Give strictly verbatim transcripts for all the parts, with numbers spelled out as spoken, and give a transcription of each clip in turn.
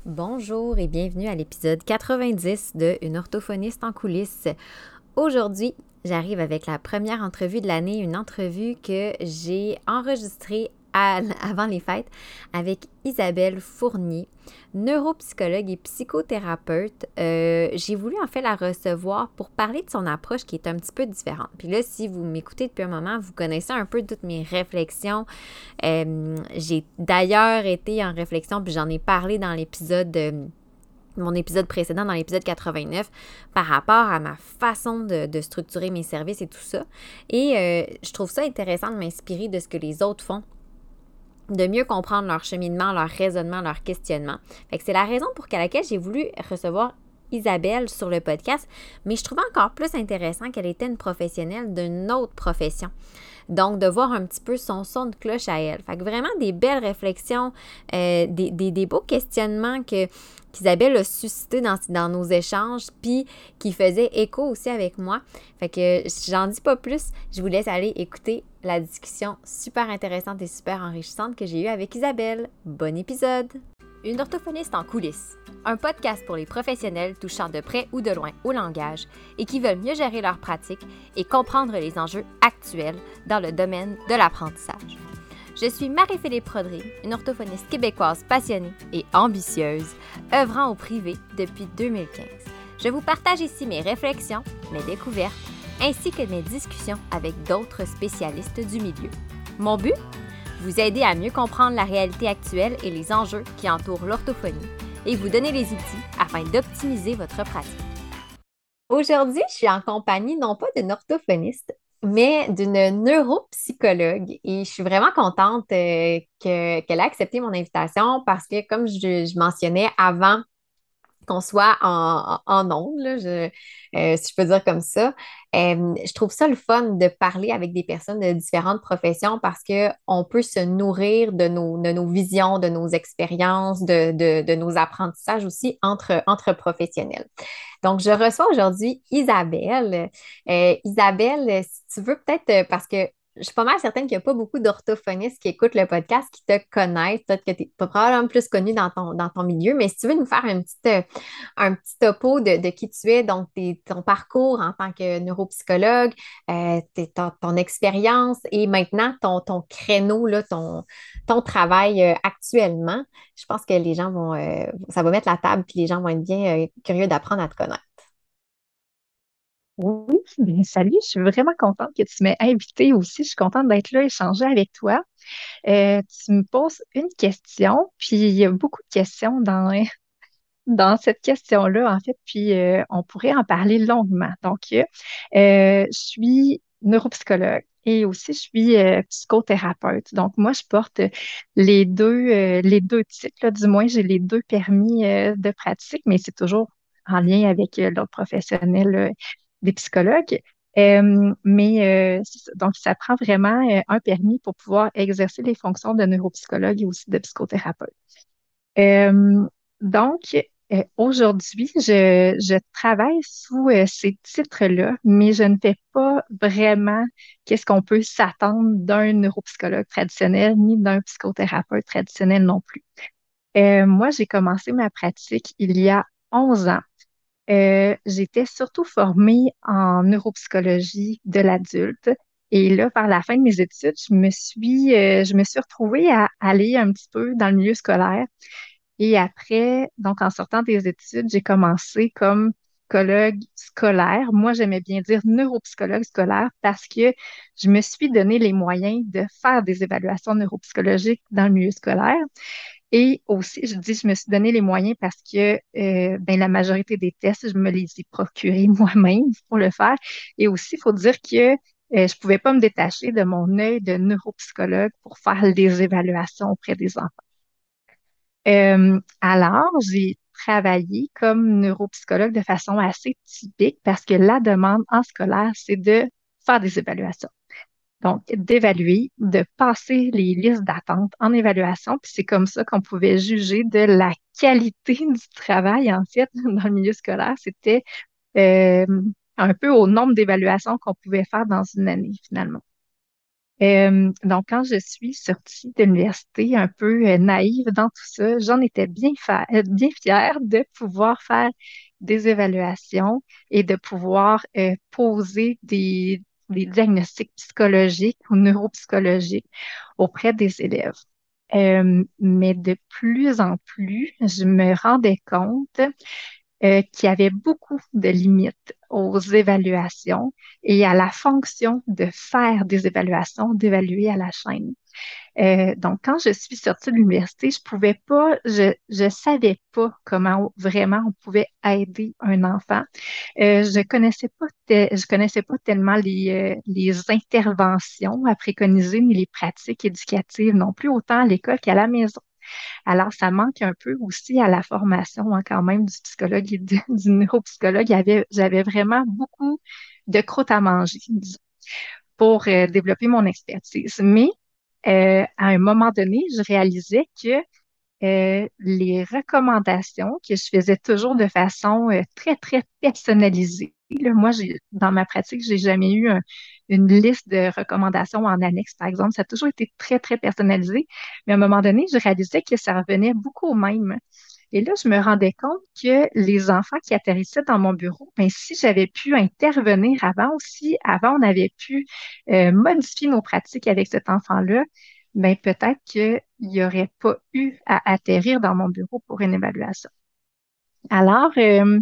Bonjour et bienvenue à l'épisode quatre-vingt-dix de Une orthophoniste en coulisses. Aujourd'hui, j'arrive avec la première entrevue de l'année, une entrevue que j'ai enregistrée à, avant les fêtes avec Isabelle Fournier, neuropsychologue et psychothérapeute. Euh, j'ai voulu en fait la recevoir pour parler de son approche qui est un petit peu différente. Puis là, si vous m'écoutez depuis un moment, vous connaissez un peu toutes mes réflexions. Euh, j'ai d'ailleurs été en réflexion, puis j'en ai parlé dans l'épisode... Euh, mon épisode précédent, dans l'épisode quatre-vingt-neuf, par rapport à ma façon de, de structurer mes services et tout ça. Et euh, je trouve ça intéressant de m'inspirer de ce que les autres font, de mieux comprendre leur cheminement, leur raisonnement, leur questionnement. Fait que c'est la raison pour laquelle j'ai voulu recevoir Isabelle sur le podcast, mais je trouvais encore plus intéressant qu'elle était une professionnelle d'une autre profession. Donc, de voir un petit peu son son de cloche à elle. Fait que vraiment des belles réflexions, euh, des, des, des beaux questionnements que, qu'Isabelle a suscité dans, dans nos échanges, puis qui faisaient écho aussi avec moi. Fait que j'en dis pas plus, je vous laisse aller écouter la discussion super intéressante et super enrichissante que j'ai eue avec Isabelle. Bon épisode! Une orthophoniste en coulisses, un podcast pour les professionnels touchant de près ou de loin au langage et qui veulent mieux gérer leur pratique et comprendre les enjeux actuels dans le domaine de l'apprentissage. Je suis Marie-Philippe Prodry, une orthophoniste québécoise passionnée et ambitieuse, œuvrant au privé depuis deux mille quinze. Je vous partage ici mes réflexions, mes découvertes, ainsi que mes discussions avec d'autres spécialistes du milieu. Mon but? Vous aider à mieux comprendre la réalité actuelle et les enjeux qui entourent l'orthophonie et vous donner les outils afin d'optimiser votre pratique. Aujourd'hui, je suis en compagnie non pas d'une orthophoniste, mais d'une neuropsychologue et je suis vraiment contente euh, que, qu'elle ait accepté mon invitation parce que, comme je, je mentionnais avant qu'on soit en, en ondes, là, je- euh, si je peux dire comme ça. Euh, je trouve ça le fun de parler avec des personnes de différentes professions parce qu'on peut se nourrir de nos, de nos visions, de nos expériences, de, de, de nos apprentissages aussi entre, entre professionnels. Donc, je reçois aujourd'hui Isabelle. Euh, Isabelle, si tu veux peut-être, euh, parce que je suis pas mal certaine qu'il n'y a pas beaucoup d'orthophonistes qui écoutent le podcast, qui te connaissent. Peut-être que tu es probablement plus connu dans ton, dans ton milieu, mais si tu veux nous faire un petit, euh, un petit topo de, de qui tu es, donc tes- ton parcours en tant que neuropsychologue, euh, tes- ton, ton expérience et maintenant ton, ton créneau, là, ton, ton travail euh, actuellement, je pense que les gens vont, euh, ça va mettre la table, puis les gens vont être bien euh, curieux d'apprendre à te connaître. Oui, bien salut, je suis vraiment contente que tu m'aies invitée aussi. Je suis contente d'être là, échanger avec toi. Euh, tu me poses une question, puis il y a beaucoup de questions dans, dans cette question-là, en fait, puis euh, on pourrait en parler longuement. Donc, euh, je suis neuropsychologue et aussi je suis euh, psychothérapeute. Donc, moi, je porte les deux, euh, les deux titres, là, du moins, j'ai les deux permis euh, de pratique, mais c'est toujours en lien avec euh, l'autre professionnel euh, des psychologues. Euh, mais euh, c'est ça. Donc, ça prend vraiment euh, un permis pour pouvoir exercer les fonctions de neuropsychologue et aussi de psychothérapeute. Euh, donc, euh, aujourd'hui, je, je travaille sous euh, ces titres-là, mais je ne fais pas vraiment qu'est-ce qu'on peut s'attendre d'un neuropsychologue traditionnel ni d'un psychothérapeute traditionnel non plus. Euh, moi, j'ai commencé ma pratique il y a onze ans. Euh, j'étais surtout formée en neuropsychologie de l'adulte. Et là, par la fin de mes études, je me suis, euh, je me suis retrouvée à aller un petit peu dans le milieu scolaire. Et après, donc en sortant des études, j'ai commencé comme psychologue scolaire. Moi, j'aimais bien dire neuropsychologue scolaire parce que je me suis donné les moyens de faire des évaluations neuropsychologiques dans le milieu scolaire. Et aussi, je dis, je me suis donné les moyens parce que euh, ben, la majorité des tests, je me les ai procurés moi-même pour le faire. Et aussi, il faut dire que euh, je pouvais pas me détacher de mon œil de neuropsychologue pour faire des évaluations auprès des enfants. Euh, alors, j'ai travaillé comme neuropsychologue de façon assez typique parce que la demande en scolaire, c'est de faire des évaluations. Donc, d'évaluer, de passer les listes d'attente en évaluation, puis c'est comme ça qu'on pouvait juger de la qualité du travail, en fait, dans le milieu scolaire. C'était euh, un peu au nombre d'évaluations qu'on pouvait faire dans une année, finalement. Euh, donc, quand je suis sortie de l'université, un peu euh, naïve dans tout ça, j'en étais bien, fa- euh, bien fière de pouvoir faire des évaluations et de pouvoir euh, poser des, des diagnostics psychologiques ou neuropsychologiques auprès des élèves. Euh, mais de plus en plus, je me rendais compte euh, qu'il y avait beaucoup de limites aux évaluations et à la fonction de faire des évaluations, d'évaluer à la chaîne. Euh, donc, quand je suis sortie de l'université, je pouvais pas, je, je savais pas comment vraiment on pouvait aider un enfant. Euh, je connaissais pas, te- je connaissais pas tellement les, euh, les interventions à préconiser ni les pratiques éducatives non plus, autant à l'école qu'à la maison. Alors, ça manque un peu aussi à la formation hein, quand même du psychologue et du, du neuropsychologue. Il y avait, j'avais vraiment beaucoup de croûte à manger, disons, pour euh, développer mon expertise. Mais euh, à un moment donné, je réalisais que euh, les recommandations que je faisais toujours de façon euh, très, très personnalisée. Là, moi, j'ai, dans ma pratique, j'ai jamais eu un- une liste de recommandations en annexe, par exemple. Ça a toujours été très, très personnalisé. Mais à un moment donné, je réalisais que ça revenait beaucoup au même. Et là, je me rendais compte que les enfants qui atterrissaient dans mon bureau, ben, si j'avais pu intervenir avant aussi, avant on avait pu euh, modifier nos pratiques avec cet enfant-là, ben, peut-être qu'il n'y aurait pas eu à atterrir dans mon bureau pour une évaluation. Alors, euh,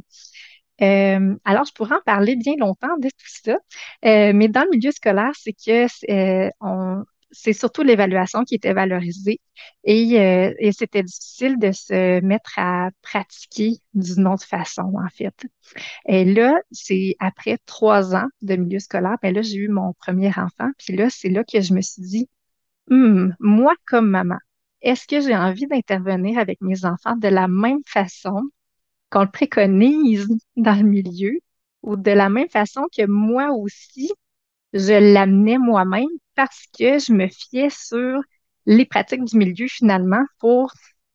euh, alors, je pourrais en parler bien longtemps de tout ça, Euh, mais dans le milieu scolaire, c'est que euh, on, c'est surtout l'évaluation qui était valorisée et, euh, et c'était difficile de se mettre à pratiquer d'une autre façon, en fait. Et là, c'est après trois ans de milieu scolaire, ben là, j'ai eu mon premier enfant, puis là, c'est là que je me suis dit, Hmm, moi comme maman, est-ce que j'ai envie d'intervenir avec mes enfants de la même façon qu'on le préconise dans le milieu ou de la même façon que moi aussi, je l'amenais moi-même parce que je me fiais sur les pratiques du milieu finalement pour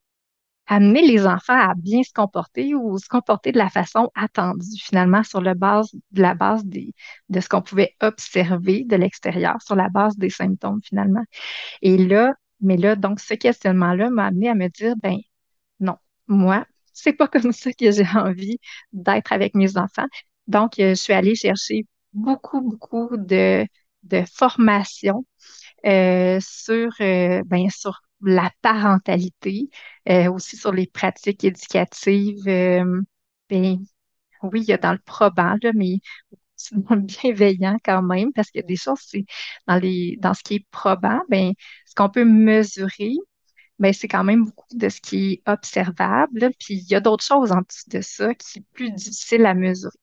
amener les enfants à bien se comporter ou se comporter de la façon attendue finalement sur le base, de la base des, de ce qu'on pouvait observer de l'extérieur, sur la base des symptômes finalement. Et là, mais là, donc ce questionnement-là m'a amené à me dire, ben non, moi, c'est pas comme ça que j'ai envie d'être avec mes enfants. Donc, euh, je suis allée chercher beaucoup, beaucoup de, de formations euh, sur, euh, ben, sur la parentalité, euh, aussi sur les pratiques éducatives. Euh, ben, oui, il y a dans le probant, là, mais c'est dans le bienveillant quand même, parce qu'il y a des choses, c'est dans les, dans ce qui est probant, ben, ce qu'on peut mesurer, ben, c'est quand même beaucoup de ce qui est observable. Là. Puis il y a d'autres choses en dessous de ça qui est plus difficile à mesurer.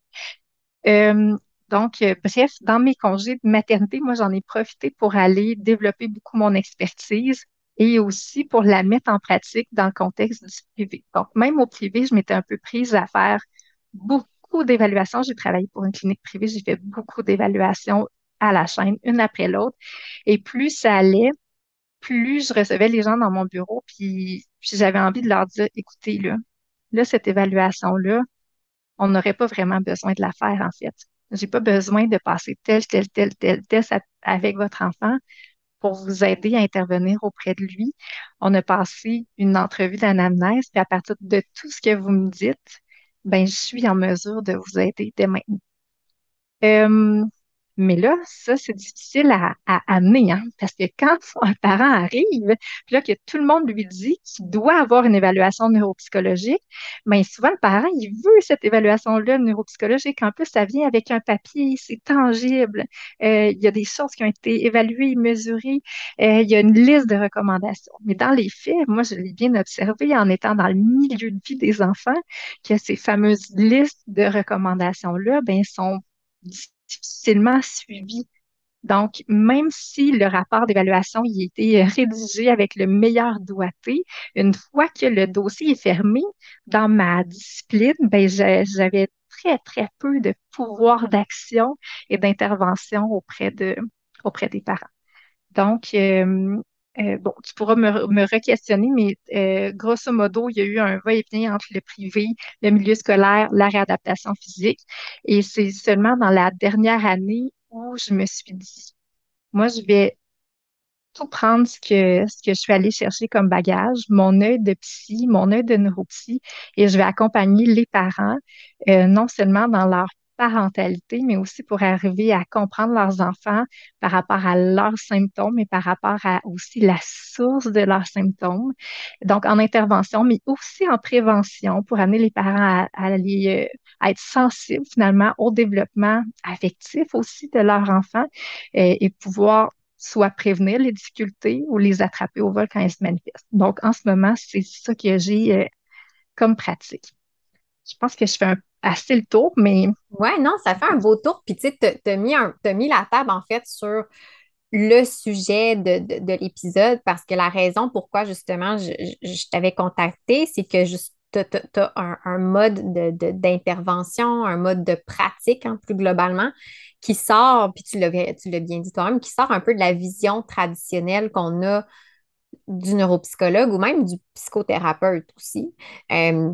Euh, donc, euh, bref, dans mes congés de maternité, moi, j'en ai profité pour aller développer beaucoup mon expertise et aussi pour la mettre en pratique dans le contexte du privé. Donc, même au privé, je m'étais un peu prise à faire beaucoup d'évaluations. J'ai travaillé pour une clinique privée, j'ai fait beaucoup d'évaluations à la chaîne, une après l'autre. Et plus ça allait, plus je recevais les gens dans mon bureau, puis, puis j'avais envie de leur dire, écoutez, là, là, cette évaluation-là, on n'aurait pas vraiment besoin de la faire, en fait. J'ai pas besoin de passer tel, tel, tel, tel test a- avec votre enfant pour vous aider à intervenir auprès de lui. On a passé une entrevue d'anamnèse, puis à partir de tout ce que vous me dites, ben, je suis en mesure de vous aider dès maintenant. Euh, mais là, ça, c'est difficile à, à amener, hein, parce que quand un parent arrive, puis là, que tout le monde lui dit qu'il doit avoir une évaluation neuropsychologique, bien souvent, le parent, il veut cette évaluation-là neuropsychologique. En plus, ça vient avec un papier, c'est tangible. Euh, il y a des choses qui ont été évaluées, mesurées. Euh, il y a une liste de recommandations. Mais dans les faits, moi, je l'ai bien observé en étant dans le milieu de vie des enfants, que ces fameuses listes de recommandations-là, ben, sont difficilement suivi. Donc, même si le rapport d'évaluation y a été rédigé avec le meilleur doigté, une fois que le dossier est fermé, dans ma discipline, ben, j'ai- j'avais très, très peu de pouvoir d'action et d'intervention auprès de, auprès des parents. Donc, euh, euh, bon, tu pourras me, me re-questionner, mais euh, grosso modo, il y a eu un va-et-vient entre le privé, le milieu scolaire, la réadaptation physique. Et c'est seulement dans la dernière année où je me suis dit, moi, je vais tout prendre ce que, ce que je suis allée chercher comme bagage, mon œil de psy, mon œil de neuropsy, et je vais accompagner les parents, euh, non seulement dans leur parentalité, mais aussi pour arriver à comprendre leurs enfants par rapport à leurs symptômes et par rapport à aussi la source de leurs symptômes. Donc, en intervention, mais aussi en prévention pour amener les parents à, à, les, euh, à être sensibles finalement au développement affectif aussi de leur enfant euh, et pouvoir soit prévenir les difficultés ou les attraper au vol quand elles se manifestent. Donc, en ce moment, c'est ça que j'ai euh, comme pratique. Je pense que je fais un- assez le tour, mais Ouais, non, ça fait un beau tour. Puis, tu sais, t'as, t'as mis un, t'as mis la table, en fait, sur le sujet de, de, de l'épisode parce que la raison pourquoi, justement, je, je, je t'avais contacté, c'est que juste, tu as un, un mode de, de- d'intervention, un mode de pratique, hein, plus globalement, qui sort, puis tu l'as, tu l'as bien dit toi-même, qui sort un peu de la vision traditionnelle qu'on a du neuropsychologue ou même du psychothérapeute aussi. Euh,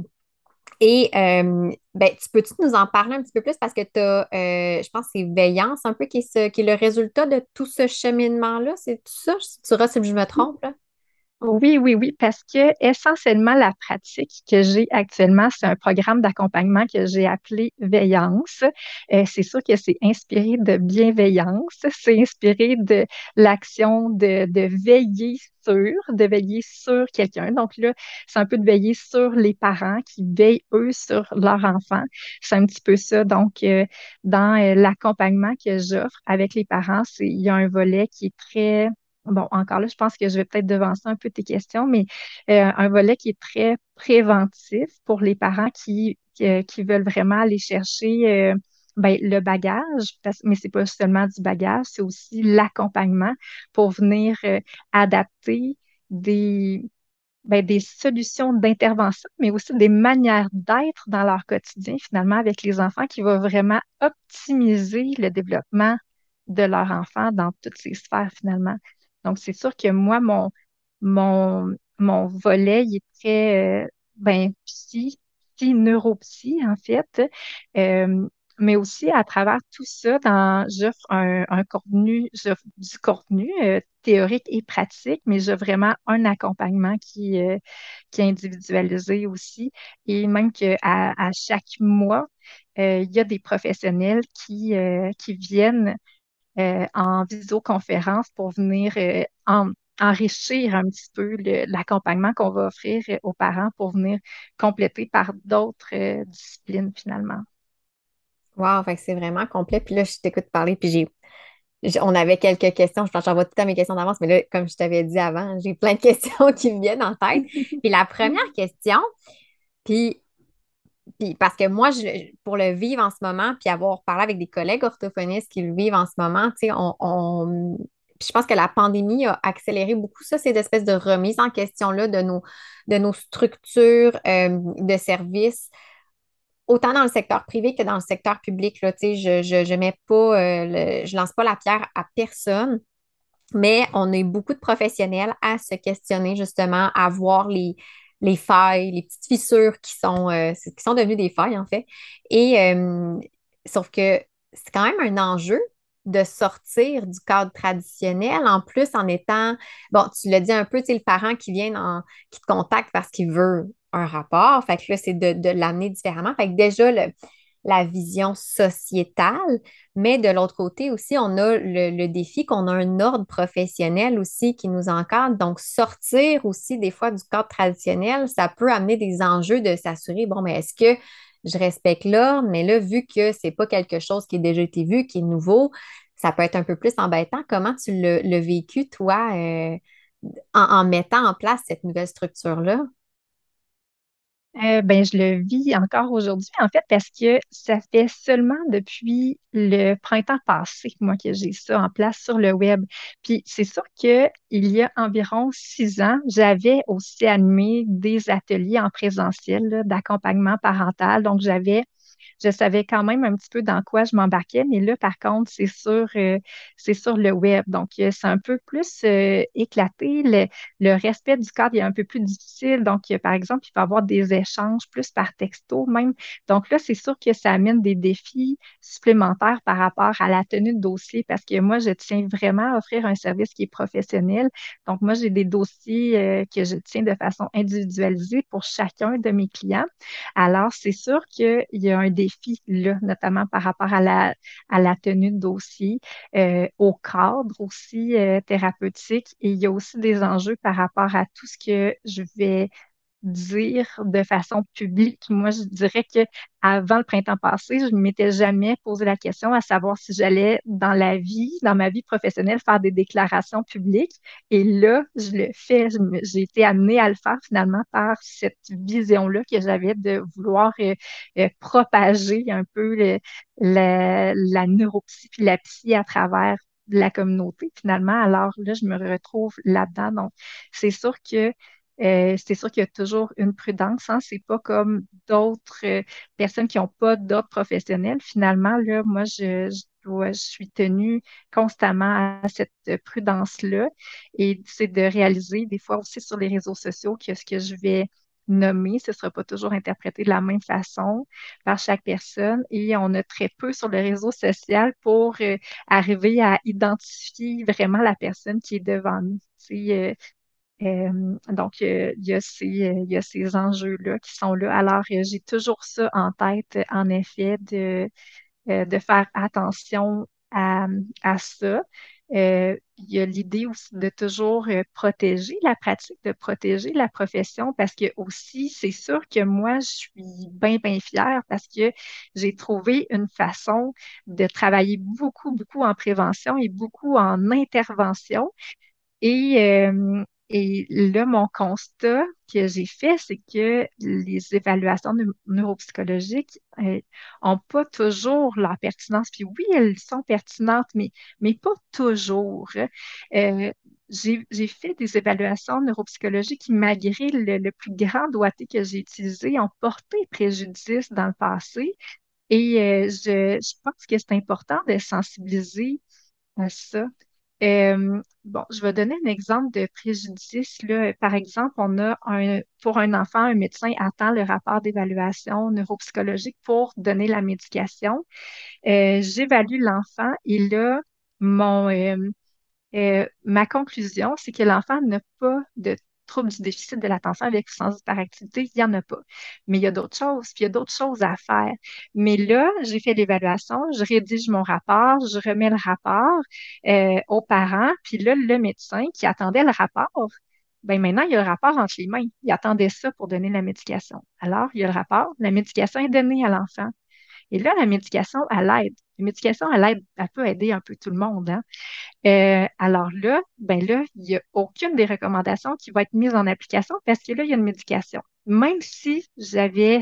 et euh, ben, tu peux-tu nous en parler un petit peu plus parce que tu as, je pense que c'est Veillance un peu qui est, ce- qui est le résultat de tout ce cheminement-là, c'est tout ça? Tu diras si je me trompe, là. oui, oui, oui, parce que essentiellement, la pratique que j'ai actuellement, c'est un programme d'accompagnement que j'ai appelé Veillance. Euh, c'est sûr que c'est inspiré de bienveillance, c'est inspiré de l'action de, de veiller sur, de veiller sur quelqu'un. Donc là, c'est un peu de veiller sur les parents qui veillent, eux, sur leur enfant. C'est un petit peu ça. Donc, euh, dans euh, l'accompagnement que j'offre avec les parents, c'est, il y a un volet qui est très bon, encore là, je pense que je vais peut-être devancer un peu tes questions, mais euh, un volet qui est très préventif pour les parents qui, qui, euh, qui veulent vraiment aller chercher euh, ben, le bagage, parce, mais c'est pas seulement du bagage, c'est aussi l'accompagnement pour venir euh, adapter des, ben, des solutions d'intervention, mais aussi des manières d'être dans leur quotidien, finalement, avec les enfants, qui va vraiment optimiser le développement de leur enfant dans toutes ces sphères, finalement. Donc, c'est sûr que moi, mon, mon, mon volet, il est très, euh, ben, psy, psy, neuropsy, en fait. Euh, mais aussi, à travers tout ça, dans, j'offre un, un contenu, j'offre du contenu euh, théorique et pratique, mais j'ai vraiment un accompagnement qui, euh, qui est individualisé aussi. Et même qu'à à chaque mois, euh, il y a des professionnels qui, euh, qui viennent euh, en visioconférence pour venir euh, en- enrichir un petit peu le- l'accompagnement qu'on va offrir euh, aux parents pour venir compléter par d'autres euh, disciplines finalement. Wow, fait que c'est vraiment complet. Puis là, je t'écoute parler, puis j'ai, j'ai- on avait quelques questions. Je pense que j'envoie tout à mes questions d'avance, mais là, comme je t'avais dit avant, j'ai plein de questions qui me viennent en tête. Puis la première question, puis Puis parce que moi, je- pour le vivre en ce moment, puis avoir parlé avec des collègues orthophonistes qui le vivent en ce moment, tu sais, on, on- puis je pense que la pandémie a accéléré beaucoup ça, ces espèces de remises en question-là de nos, de nos structures euh, de services, autant dans le secteur privé que dans le secteur public, là, tu sais, je, je, je mets pas, euh, le- je lance pas la pierre à personne. Mais on a eu beaucoup de professionnels à se questionner justement, à voir les, les failles, les petites fissures qui sont, euh, qui sont devenues des failles en fait. Et euh, sauf que c'est quand même un enjeu de sortir du cadre traditionnel, en plus en étant, bon, tu l'as dit un peu, tu sais, le parent qui vient en- qui te contacte parce qu'il veut un rapport, fait que là, c'est de, de l'amener différemment. Fait que déjà, le- la vision sociétale, mais de l'autre côté aussi, on a le, le défi qu'on a un ordre professionnel aussi qui nous encadre. Donc, sortir aussi des fois du cadre traditionnel, ça peut amener des enjeux de s'assurer, bon, mais est-ce que je respecte l'ordre? Mais là, vu que c'est pas quelque chose qui a déjà été vu, qui est nouveau, ça peut être un peu plus embêtant. Comment tu l'as l'as vécu, toi, euh, en, en mettant en place cette nouvelle structure-là? Euh, ben, je le vis encore aujourd'hui, en fait, parce que ça fait seulement depuis le printemps passé, moi, que j'ai ça en place sur le web. Puis c'est sûr que il y a environ six ans, j'avais aussi animé des ateliers en présentiel là, d'accompagnement parental. Donc, j'avais je savais quand même un petit peu dans quoi je m'embarquais, mais là, par contre, c'est sur, euh, c'est sur le web. Donc, euh, c'est un peu plus euh, éclaté. Le, le respect du cadre est un peu plus difficile. Donc, euh, par exemple, il peut y avoir des échanges plus par texto même. Donc là, c'est sûr que ça amène des défis supplémentaires par rapport à la tenue de dossier parce que moi, je tiens vraiment à offrir un service qui est professionnel. Donc, moi, j'ai des dossiers euh, que je tiens de façon individualisée pour chacun de mes clients. Alors, c'est sûr qu'il y a un défi là, notamment par rapport à la, à la tenue de dossier, euh, au cadre aussi euh, thérapeutique. Et il y a aussi des enjeux par rapport à tout ce que je vais dire de façon publique. Moi, je dirais que avant le printemps passé, je ne m'étais jamais posé la question à savoir si j'allais dans la vie, dans ma vie professionnelle, faire des déclarations publiques. Et là, je le fais. Je me- J'ai été amenée à le faire finalement par cette vision-là que j'avais de vouloir euh, euh, propager un peu le- la, la neuropsy puis la psy à travers la communauté finalement. Alors là, je me retrouve là-dedans. Donc, c'est sûr que euh, c'est sûr qu'il y a toujours une prudence, hein. C'est pas comme d'autres euh, personnes qui n'ont pas d'ordre professionnel. Finalement, là, moi, je, je dois- je suis tenue constamment à cette prudence-là. Et c'est de réaliser des fois aussi sur les réseaux sociaux que ce que je vais nommer, ce ne sera pas toujours interprété de la même façon par chaque personne. Et on a très peu sur le réseau social pour euh, arriver à identifier vraiment la personne qui est devant nous. Tu sais, euh, euh, donc, euh, il y a ces, euh, il y a ces enjeux-là qui sont là. Alors, euh, j'ai toujours ça en tête, en effet, de, euh, de faire attention à, à ça. Euh, il y a l'idée aussi de toujours euh, protéger la pratique, de protéger la profession, parce que aussi, c'est sûr que moi, je suis bien, bien fière parce que j'ai trouvé une façon de travailler beaucoup, beaucoup en prévention et beaucoup en intervention et, euh, et là, mon constat que j'ai fait, c'est que les évaluations neu- neuropsychologiques euh, ont pas toujours leur pertinence. Puis oui, elles sont pertinentes, mais, mais pas toujours. Euh, j'ai, j'ai fait des évaluations neuropsychologiques qui, malgré le, le plus grand doigté que j'ai utilisé, ont porté préjudice dans le passé. Et euh, je, je pense que c'est important de sensibiliser à ça. Euh, bon, je vais donner un exemple de préjudice, là. Par exemple, on a un, pour un enfant, un médecin attend le rapport d'évaluation neuropsychologique pour donner la médication. Euh, j'évalue l'enfant et là, mon, euh, euh, ma conclusion, c'est que l'enfant n'a pas de trouble du déficit de l'attention avec ou sans hyperactivité, il n'y en a pas. Mais il y a d'autres choses, puis il y a d'autres choses à faire. Mais là, j'ai fait l'évaluation, je rédige mon rapport, je remets le rapport euh, aux parents, puis là, le médecin qui attendait le rapport, ben maintenant, il y a le rapport entre les mains. Il attendait ça pour donner la médication. Alors, il y a le rapport, la médication est donnée à l'enfant. Et là, la médication, elle aide. La médication, elle aide, elle peut aider un peu tout le monde, hein. Euh, alors là, ben là, il n'y a aucune des recommandations qui va être mise en application parce que là, il y a une médication. Même si j'avais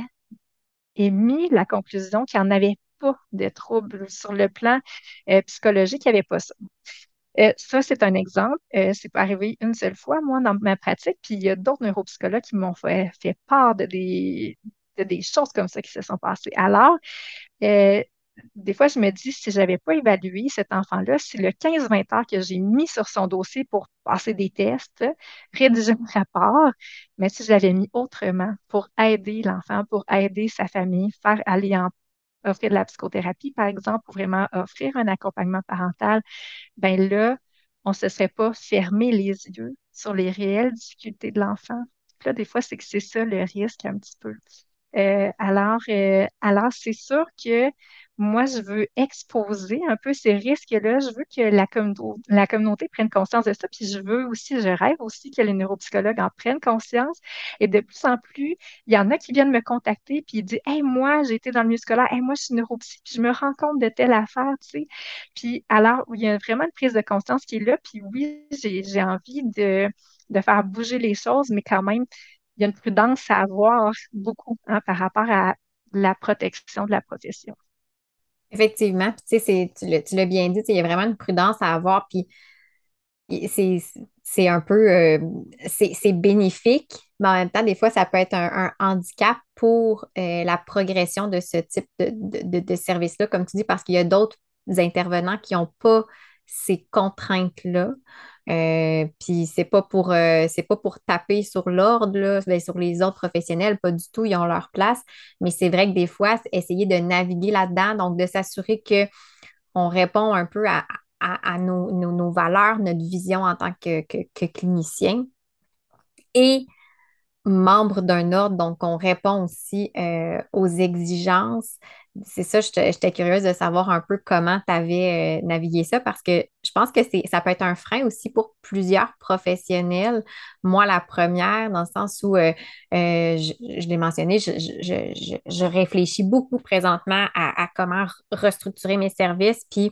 émis la conclusion qu'il n'y en avait pas de troubles sur le plan euh, psychologique, il n'y avait pas ça. Euh, ça, c'est un exemple. Euh, c'est pas arrivé une seule fois, moi, dans ma pratique. Puis il y a d'autres neuropsychologues qui m'ont fait, fait part de des, de des choses comme ça qui se sont passées. Alors, euh, des fois, je me dis, si je n'avais pas évalué cet enfant-là, si le quinze vingt heures que j'ai mis sur son dossier pour passer des tests, rédiger un rapport, mais si je l'avais mis autrement pour aider l'enfant, pour aider sa famille, faire aller en offrir de la psychothérapie, par exemple, pour vraiment offrir un accompagnement parental, ben là, on ne se serait pas fermé les yeux sur les réelles difficultés de l'enfant. Là, des fois, c'est que c'est ça le risque un petit peu. Euh, alors, euh, alors c'est sûr que moi, je veux exposer un peu ces risques-là. Je veux que la, communauté, la communauté prenne conscience de ça. Puis je veux aussi, je rêve aussi que les neuropsychologues en prennent conscience. Et de plus en plus, il y en a qui viennent me contacter puis ils disent, hey, moi, j'ai été dans le milieu scolaire, hey, moi, je suis neuropsy, puis je me rends compte de telle affaire, tu sais. Puis alors, il y a vraiment une prise de conscience qui est là. Puis oui, j'ai, j'ai envie de, de faire bouger les choses, mais quand même, il y a une prudence à avoir beaucoup, hein, par rapport à la protection de la profession. Effectivement, puis tu sais, c'est- tu l'as tu l'as bien dit, tu sais, il y a vraiment une prudence à avoir, puis et c'est c'est un peu, euh, c'est, c'est bénéfique, mais en même temps, des fois, ça peut être un, un handicap pour euh, la progression de ce type de, de, de- de service-là, comme tu dis, parce qu'il y a d'autres intervenants qui n'ont pas ces contraintes-là. Euh, puis c'est pas pour euh, c'est pas pour taper sur l'ordre, là, ben, sur les autres professionnels, pas du tout, ils ont leur place. Mais c'est vrai que des fois, c'est essayer de naviguer là-dedans, donc de s'assurer que on répond un peu à, à, à nos, nos, nos valeurs, notre vision en tant que, que, que clinicien et membre d'un ordre, donc on répond aussi euh, aux exigences. C'est ça, j'étais j'étais curieuse de savoir un peu comment tu avais euh, navigué ça parce que je pense que c'est, ça peut être un frein aussi pour plusieurs professionnels. Moi, la première, dans le sens où, euh, euh, je, je l'ai mentionné, je, je, je, je réfléchis beaucoup présentement à, à comment restructurer mes services, puis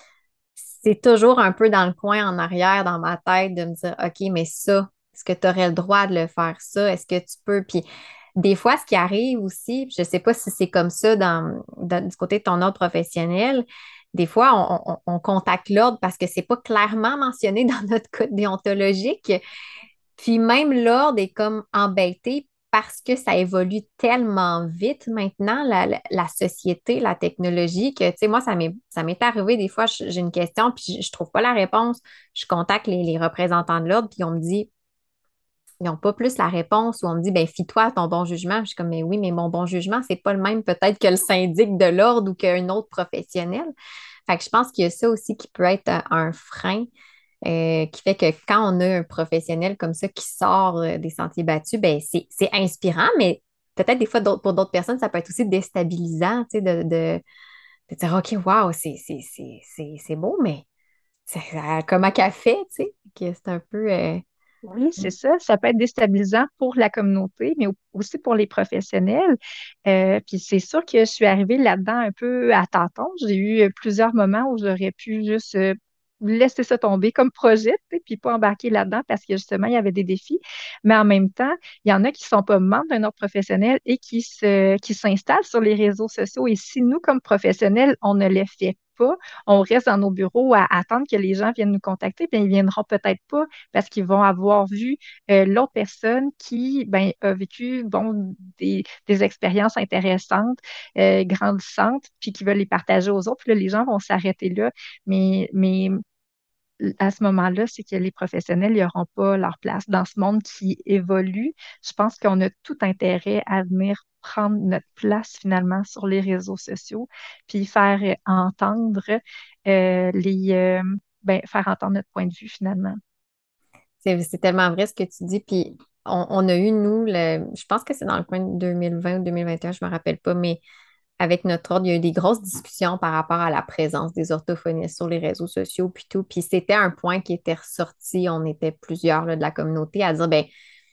c'est toujours un peu dans le coin en arrière, dans ma tête, de me dire, OK, mais ça, est-ce que tu aurais le droit de le faire ça? Est-ce que tu peux? Puis des fois, ce qui arrive aussi, puis je ne sais pas si c'est comme ça dans, dans- du côté de ton ordre professionnel, des fois, on, on- on contacte l'ordre parce que c'est pas clairement mentionné dans notre code déontologique. Puis même l'ordre est comme embêté parce que ça évolue tellement vite maintenant, la, la- la société, la technologie, que, tu sais, moi, ça m'est, ça m'est arrivé des fois, je- j'ai une question, puis je, je trouve pas la réponse. Je contacte les, les représentants de l'ordre, puis on me dit, ils n'ont pas plus la réponse, ou on me dit, ben, fie-toi à ton bon jugement. Puis je suis comme, mais oui, mais mon bon jugement, c'est pas le même peut-être que le syndic de l'ordre ou qu'un autre professionnel. Fait que je pense qu'il y a ça aussi qui peut être un, un frein euh, qui fait que quand on a un professionnel comme ça qui sort euh, des sentiers battus, ben c'est, c'est inspirant, mais peut-être des fois d'autres- pour d'autres personnes, ça peut être aussi déstabilisant, tu sais, de, de, de dire, OK, wow, c'est, c'est, c'est, c'est, c'est beau, mais c'est euh, comme un café, tu sais, que c'est un peu... euh, Oui, c'est ça. Ça peut être déstabilisant pour la communauté, mais au- aussi pour les professionnels. Euh, puis c'est sûr que je suis arrivée là-dedans un peu à tâtons. J'ai eu euh, plusieurs moments où j'aurais pu juste euh, laisser ça tomber comme projet, tu sais, puis pas embarquer là-dedans parce que justement, il y avait des défis. Mais en même temps, il y en a qui sont pas membres d'un ordre professionnel et qui se, qui s'installent sur les réseaux sociaux. Et si nous, comme professionnels, on ne les fait pas, on reste dans nos bureaux à attendre que les gens viennent nous contacter, bien, ils viendront peut-être pas parce qu'ils vont avoir vu euh, l'autre personne qui ben, a vécu bon, des, des expériences intéressantes, euh, grandissantes, puis qui veulent les partager aux autres. Puis là, les gens vont s'arrêter là. Mais, mais à ce moment-là, c'est que les professionnels n'auront pas leur place. Dans ce monde qui évolue, je pense qu'on a tout intérêt à venir prendre notre place finalement sur les réseaux sociaux, puis faire euh, entendre euh, les euh, ben, faire entendre notre point de vue finalement. c'est, c'est tellement vrai ce que tu dis, puis on, on a eu, nous, le, je pense que c'est dans le coin de deux mille vingt ou deux mille vingt et un, je me rappelle pas, mais avec notre ordre, il y a eu des grosses discussions par rapport à la présence des orthophonistes sur les réseaux sociaux, puis tout. Puis c'était un point qui était ressorti. On était plusieurs là, de la communauté à dire, ben,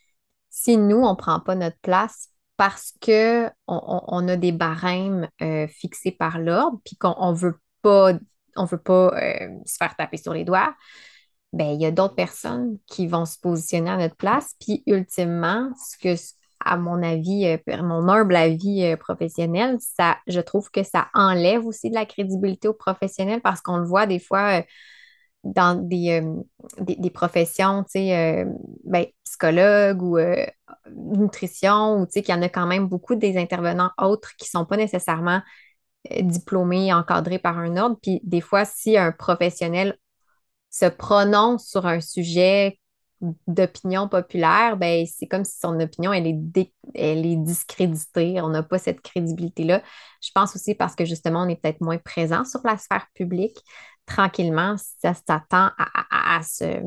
si nous, on ne prend pas notre place parce que on, on- on a des barèmes euh, fixés par l'ordre, puis qu'on on veut pas, on veut pas euh, se faire taper sur les doigts, ben, il y a d'autres personnes qui vont se positionner à notre place. Puis ultimement, ce que, à mon avis, euh, per- mon humble avis euh, professionnel, ça, je trouve que ça enlève aussi de la crédibilité aux professionnels parce qu'on le voit des fois euh, dans des, euh, des, des professions, tu sais, euh, ben, psychologue ou euh, nutrition, ou tu sais, qu'il y en a quand même beaucoup des intervenants autres qui ne sont pas nécessairement euh, diplômés, encadrés par un ordre. Puis des fois, si un professionnel se prononce sur un sujet d'opinion populaire, ben, c'est comme si son opinion, elle est, dé- elle est discréditée. On n'a pas cette crédibilité-là. Je pense aussi parce que justement, on est peut-être moins présent sur la sphère publique. Tranquillement, ça s'attend à, à- à se,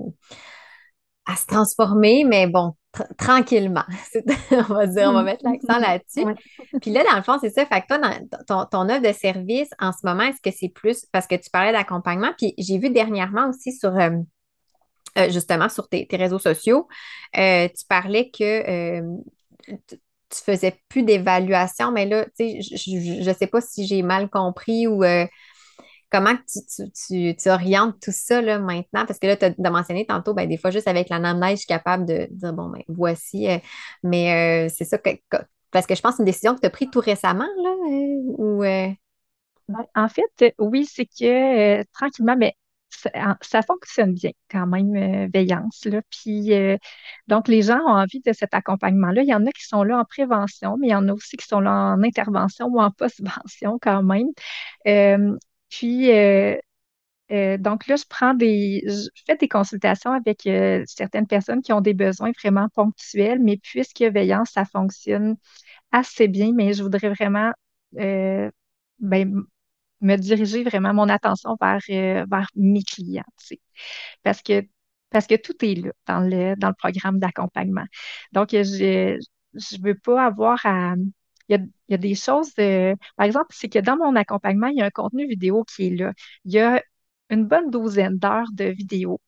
à se transformer, mais bon, tr- tranquillement. C'est- On va dire, on va Mhm. mettre l'accent là-dessus. Ouais. Puis là, dans le fond, c'est ça. Fait que toi, dans ton, ton offre de service, en ce moment, est-ce que c'est plus parce que tu parlais d'accompagnement? Puis j'ai vu dernièrement aussi sur, euh, euh, justement, sur tes, tes réseaux sociaux, euh, tu parlais que euh, tu tu faisais plus d'évaluation, mais là, tu sais, je ne sais pas si j'ai mal compris ou euh, comment que tu, tu, tu, tu orientes tout ça là, maintenant, parce que là, tu as mentionné tantôt, ben, des fois, juste avec l'anamnèse, je suis capable de dire, bon, ben, voici, euh, mais euh, c'est ça que, que- parce que je pense que c'est une décision que tu as prise tout récemment, là, euh, ou... euh, Ben, en fait, euh, oui, c'est que euh, tranquillement, mais ça, ça fonctionne bien quand même, euh, Veillance, là. Puis, euh, donc, les gens ont envie de cet accompagnement-là. Il y en a qui sont là en prévention, mais il y en a aussi qui sont là en intervention ou en postvention quand même. Euh, puis, euh, euh, donc là, je prends des, je fais des consultations avec euh, certaines personnes qui ont des besoins vraiment ponctuels, mais puisque Veillance, ça fonctionne assez bien, mais je voudrais vraiment euh, ben, me diriger vraiment mon attention vers, euh, vers mes clients, tu sais, parce que, parce que tout est là dans le, dans le programme d'accompagnement. Donc, euh, je je veux pas avoir à... Il y a, il y a des choses, euh, par exemple, c'est que dans mon accompagnement, il y a un contenu vidéo qui est là. Il y a une bonne douzaine d'heures de vidéos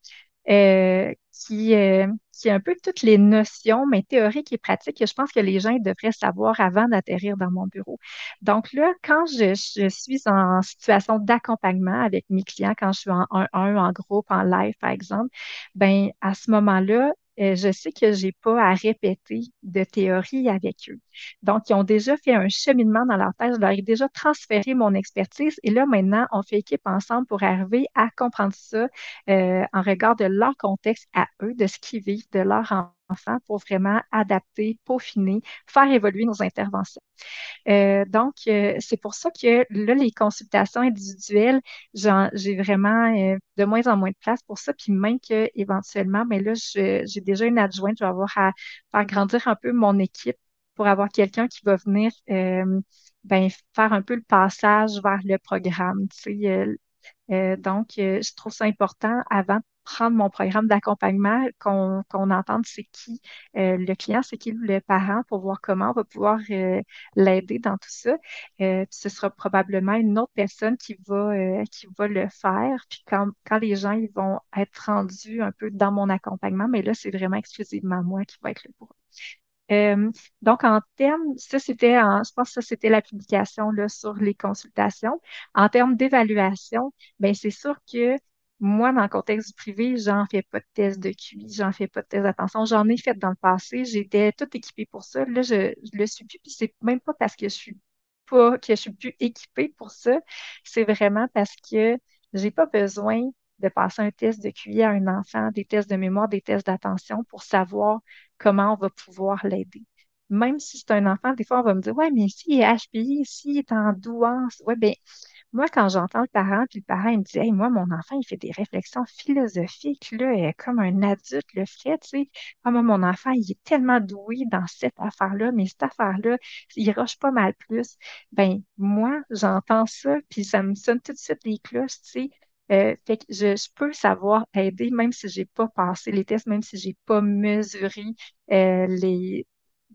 euh, qui, euh, qui a un peu toutes les notions, mais théoriques et pratiques, que je pense que les gens devraient savoir avant d'atterrir dans mon bureau. Donc là, quand je, je suis en situation d'accompagnement avec mes clients, quand je suis en un un, en groupe, en live, par exemple, ben à ce moment-là, euh, je sais que j'ai pas à répéter de théorie avec eux. Donc, ils ont déjà fait un cheminement dans leur tête. Je leur ai déjà transféré mon expertise. Et là, maintenant, on fait équipe ensemble pour arriver à comprendre ça euh, en regard de leur contexte à eux, de ce qu'ils vivent, de leur enfant, pour vraiment adapter, peaufiner, faire évoluer nos interventions. Euh, donc, euh, c'est pour ça que là, les consultations individuelles, j'en- j'ai vraiment euh, de moins en moins de place pour ça. Puis même que éventuellement, mais là, je- j'ai déjà une adjointe, je vais avoir à faire grandir un peu mon équipe pour avoir quelqu'un qui va venir euh, ben, faire un peu le passage vers le programme. Tu sais, euh, euh, donc, euh, je trouve ça important avant de prendre mon programme d'accompagnement qu'on qu'on entende c'est qui euh, le client, c'est qui le parent pour voir comment on va pouvoir euh, l'aider dans tout ça. Euh, puis ce sera probablement une autre personne qui va, euh, qui va le faire. Puis quand, quand les gens ils vont être rendus un peu dans mon accompagnement, mais là, c'est vraiment exclusivement moi qui va être là pour eux. Euh, donc, en termes, ça c'était, en- je pense que ça c'était la publication là, sur les consultations. En termes d'évaluation, ben c'est sûr que moi, dans le contexte du privé, j'en fais pas de test de Q I, j'en fais pas de test d'attention. J'en ai fait dans le passé, j'étais toute équipée pour ça. Là, je, je le suis plus, puis c'est même pas parce que je suis pas, que je suis plus équipée pour ça. C'est vraiment parce que j'ai pas besoin de passer un test de Q I à un enfant, des tests de mémoire, des tests d'attention pour savoir comment on va pouvoir l'aider. Même si c'est un enfant, des fois, on va me dire, ouais, mais s'il est H P I, s'il est en douance, ouais, ben, moi, quand j'entends le parent, puis le parent, il me dit, hey, moi, mon enfant, il fait des réflexions philosophiques, là, euh, comme un adulte le ferait, tu sais. Ah, moi, mon enfant, il est tellement doué dans cette affaire-là, mais cette affaire-là, il rush pas mal plus. Ben, moi, j'entends ça, puis ça me sonne tout de suite les cloches, tu sais. Euh, fait que je, je peux savoir aider, même si j'ai pas passé les tests, même si j'ai pas mesuré euh, les,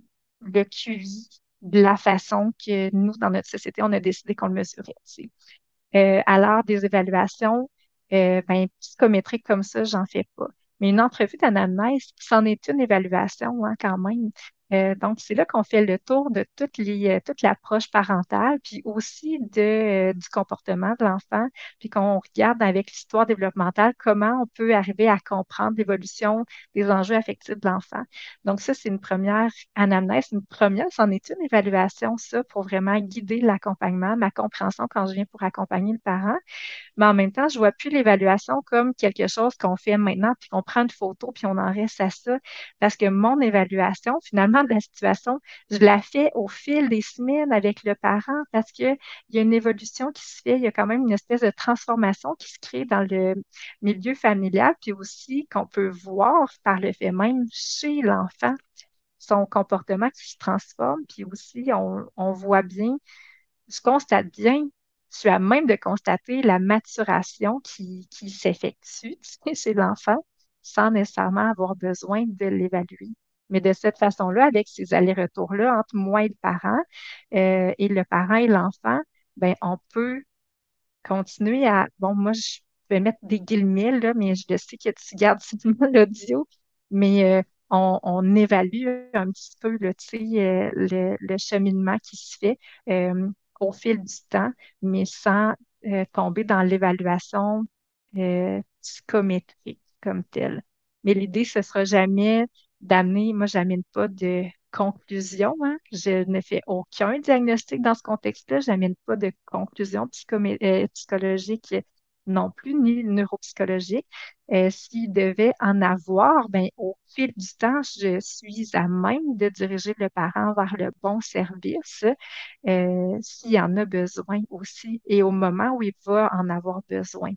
le Q I de la façon que nous, dans notre société, on a décidé qu'on le mesurait, tu sais. Euh, à l'heure des évaluations, euh, ben, psychométriques comme ça, j'en fais pas. Mais une entrevue d'anamnèse, c'en est une évaluation hein, quand même. Euh, donc, c'est là qu'on fait le tour de toutes les, euh, toute l'approche parentale, puis aussi de, euh, du comportement de l'enfant, puis qu'on regarde avec l'histoire développementale comment on peut arriver à comprendre l'évolution des enjeux affectifs de l'enfant. Donc, ça, c'est une première anamnèse, une première, c'en est une évaluation, ça, pour vraiment guider l'accompagnement, ma compréhension quand je viens pour accompagner le parent. Mais en même temps, je vois plus l'évaluation comme quelque chose qu'on fait maintenant, puis qu'on prend une photo, puis on en reste à ça. Parce que mon évaluation, finalement, de la situation, je la fais au fil des semaines avec le parent, parce qu'il y a une évolution qui se fait, il y a quand même une espèce de transformation qui se crée dans le milieu familial, puis aussi qu'on peut voir par le fait même chez l'enfant son comportement qui se transforme, puis aussi on, on voit bien, je constate bien, je suis à même de constater la maturation qui, qui s'effectue tu sais, chez l'enfant sans nécessairement avoir besoin de l'évaluer. Mais de cette façon-là, avec ces allers-retours-là entre moi et le parent, euh, et le parent et l'enfant, ben, on peut continuer à, bon, moi, je vais mettre des guillemets, là, mais je le sais que tu gardes simplement l'audio, mais euh, on, on évalue un petit peu, là, tu sais, euh, le, le cheminement qui se fait euh, au fil du temps, mais sans euh, tomber dans l'évaluation euh, psychométrique comme telle. Mais l'idée, ce sera jamais d'amener, moi, j'amène pas de conclusion, hein. Je ne fais aucun diagnostic dans ce contexte-là. Je n'amène pas de conclusion psychomé- euh, psychologique non plus, ni neuropsychologique. Euh, s'il devait en avoir, ben, au fil du temps, je suis à même de diriger le parent vers le bon service, euh, s'il en a besoin aussi et au moment où il va en avoir besoin.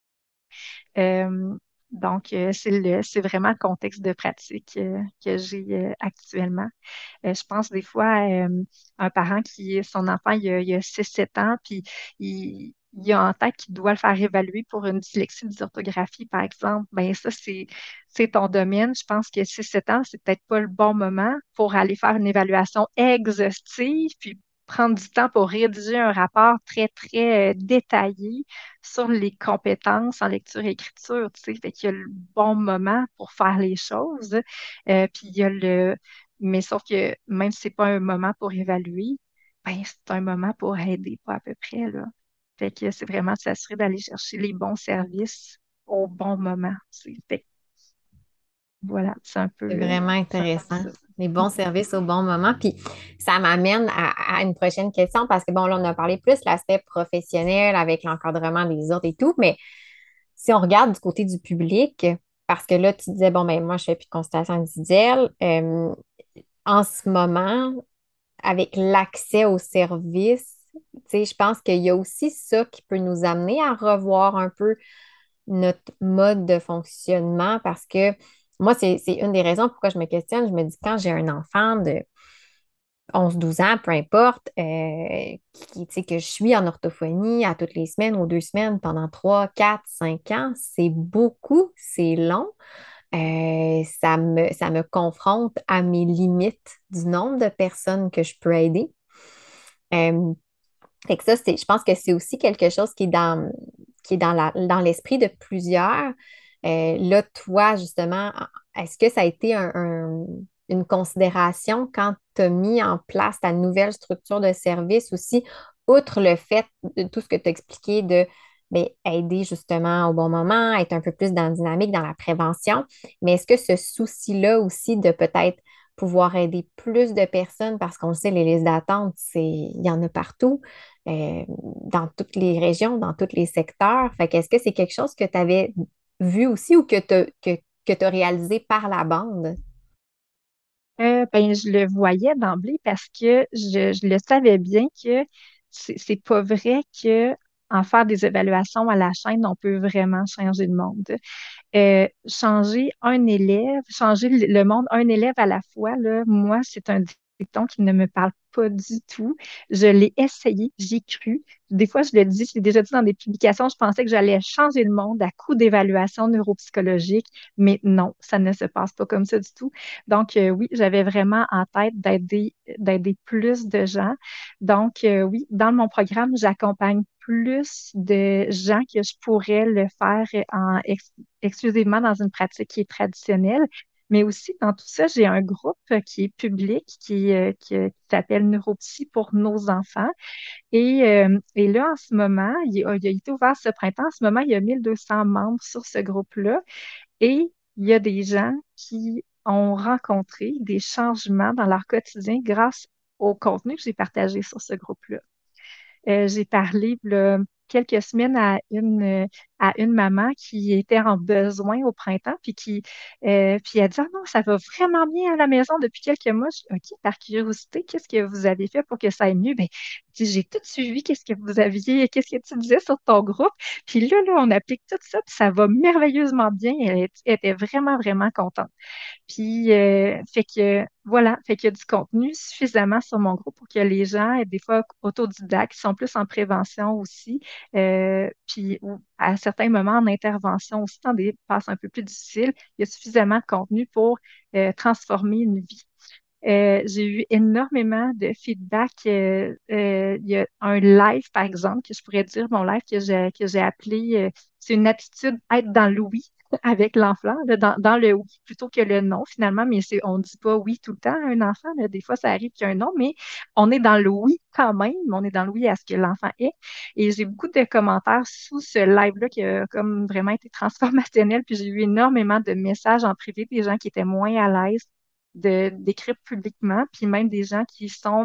Euh, donc, euh, c'est le, c'est vraiment le contexte de pratique euh, que j'ai euh, actuellement. Euh, je pense des fois à euh, un parent qui, son enfant, il a, il a six sept ans, puis il, il a en tête qu'il doit le faire évaluer pour une dyslexie dysorthographie, par exemple. Ben ça, c'est, c'est ton domaine. Je pense que six sept ans, c'est peut-être pas le bon moment pour aller faire une évaluation exhaustive, puis prendre du temps pour rédiger un rapport très, très euh, détaillé sur les compétences en lecture et écriture, tu sais. Fait qu'il y a le bon moment pour faire les choses. Euh, puis il y a le, mais sauf que même si c'est pas un moment pour évaluer, ben, c'est un moment pour aider, pas à peu près, là. Fait que c'est vraiment de s'assurer d'aller chercher les bons services au bon moment. Tu sais. Fait que voilà, c'est un peu, C'est euh, vraiment c'est un peu intéressant. ça. Les bons services au bon moment. Puis ça m'amène à, à une prochaine question parce que, bon, là, on a parlé plus de l'aspect professionnel avec l'encadrement des autres et tout, mais si on regarde du côté du public, parce que là, tu disais, bon, ben moi, je fais plus de consultation individuelle. Euh, en ce moment, avec l'accès aux services, tu sais, je pense qu'il y a aussi ça qui peut nous amener à revoir un peu notre mode de fonctionnement parce que moi, c'est, c'est une des raisons pourquoi je me questionne. Je me dis, quand j'ai un enfant de onze douze ans, peu importe, euh, qui, tu sais, que je suis en orthophonie à toutes les semaines ou deux semaines pendant trois quatre cinq ans, c'est beaucoup, c'est long. Euh, ça me, ça me confronte à mes limites du nombre de personnes que je peux aider. Euh, fait que ça, c'est, je pense que c'est aussi quelque chose qui est dans, qui est dans la, dans l'esprit de plusieurs. Euh, là, toi, justement, est-ce que ça a été un- un- une considération quand tu as mis en place ta nouvelle structure de service aussi, outre le fait de tout ce que tu as expliqué de ben, aider justement au bon moment, être un peu plus dans la dynamique, dans la prévention, mais est-ce que ce souci-là aussi de peut-être pouvoir aider plus de personnes, parce qu'on le sait, les listes d'attente, c'est, il y en a partout euh, dans toutes les régions, dans tous les secteurs. Fait que est-ce que c'est quelque chose que tu avais vu aussi ou que tu que, que tu as réalisé par la bande? Euh, ben, je le voyais d'emblée parce que je, je le savais bien que c'est c'est pas vrai que en faire des évaluations à la chaîne, on peut vraiment changer le monde. Euh, changer un élève, changer le le monde un élève à la fois, là, moi, c'est un dicton qui ne me parle pas du tout. Je l'ai essayé, j'y ai cru. Des fois, je le dis, je l'ai déjà dit dans des publications, je pensais que j'allais changer le monde à coup d'évaluation neuropsychologique, mais non, ça ne se passe pas comme ça du tout. Donc, euh, oui, j'avais vraiment en tête d'aider, d'aider plus de gens. Donc, euh, oui, dans mon programme, j'accompagne plus de gens que je pourrais le faire en ex- exclusivement dans une pratique qui est traditionnelle. Mais aussi, dans tout ça, j'ai un groupe qui est public, qui, euh, qui, euh, qui s'appelle Neuropsy pour nos enfants. Et, euh, et là, en ce moment, il, a il a été ouvert ce printemps. En ce moment, il y a mille deux cents membres sur ce groupe-là. Et il y a des gens qui ont rencontré des changements dans leur quotidien grâce au contenu que j'ai partagé sur ce groupe-là. Euh, j'ai parlé là, quelques semaines à une, euh, à une maman qui était en besoin au printemps, puis qui euh, puis elle dit, ah non, ça va vraiment bien à la maison depuis quelques mois. Je dis, OK, par curiosité, qu'est-ce que vous avez fait pour que ça aille mieux? Ben, je dis, j'ai tout suivi, qu'est-ce que vous aviez, qu'est-ce que tu disais sur ton groupe. Puis là, là, on applique tout ça, puis ça va merveilleusement bien. Elle, est- elle était vraiment, vraiment contente. Puis, euh, fait que, voilà, fait qu'il y a du contenu suffisamment sur mon groupe pour que les gens, et des fois autodidactes, qui sont plus en prévention aussi, euh, puis ou à certains moments en intervention aussi, dans des passes un peu plus difficiles, il y a suffisamment de contenu pour euh, transformer une vie. Euh, j'ai eu énormément de feedback. Euh, euh, il y a un live, par exemple, que je pourrais dire, mon live que j'ai que j'ai appelé, euh, c'est une attitude être dans le oui avec l'enfant, là, dans, dans le oui plutôt que le non, finalement, mais c'est, on ne dit pas oui tout le temps à un enfant, là. Des fois, ça arrive qu'il y a un non, mais on est dans le oui quand même, on est dans le oui à ce que l'enfant est. Et j'ai beaucoup de commentaires sous ce live-là qui a comme vraiment été transformationnel, puis j'ai eu énormément de messages en privé des gens qui étaient moins à l'aise de d'écrire publiquement, puis même des gens qui sont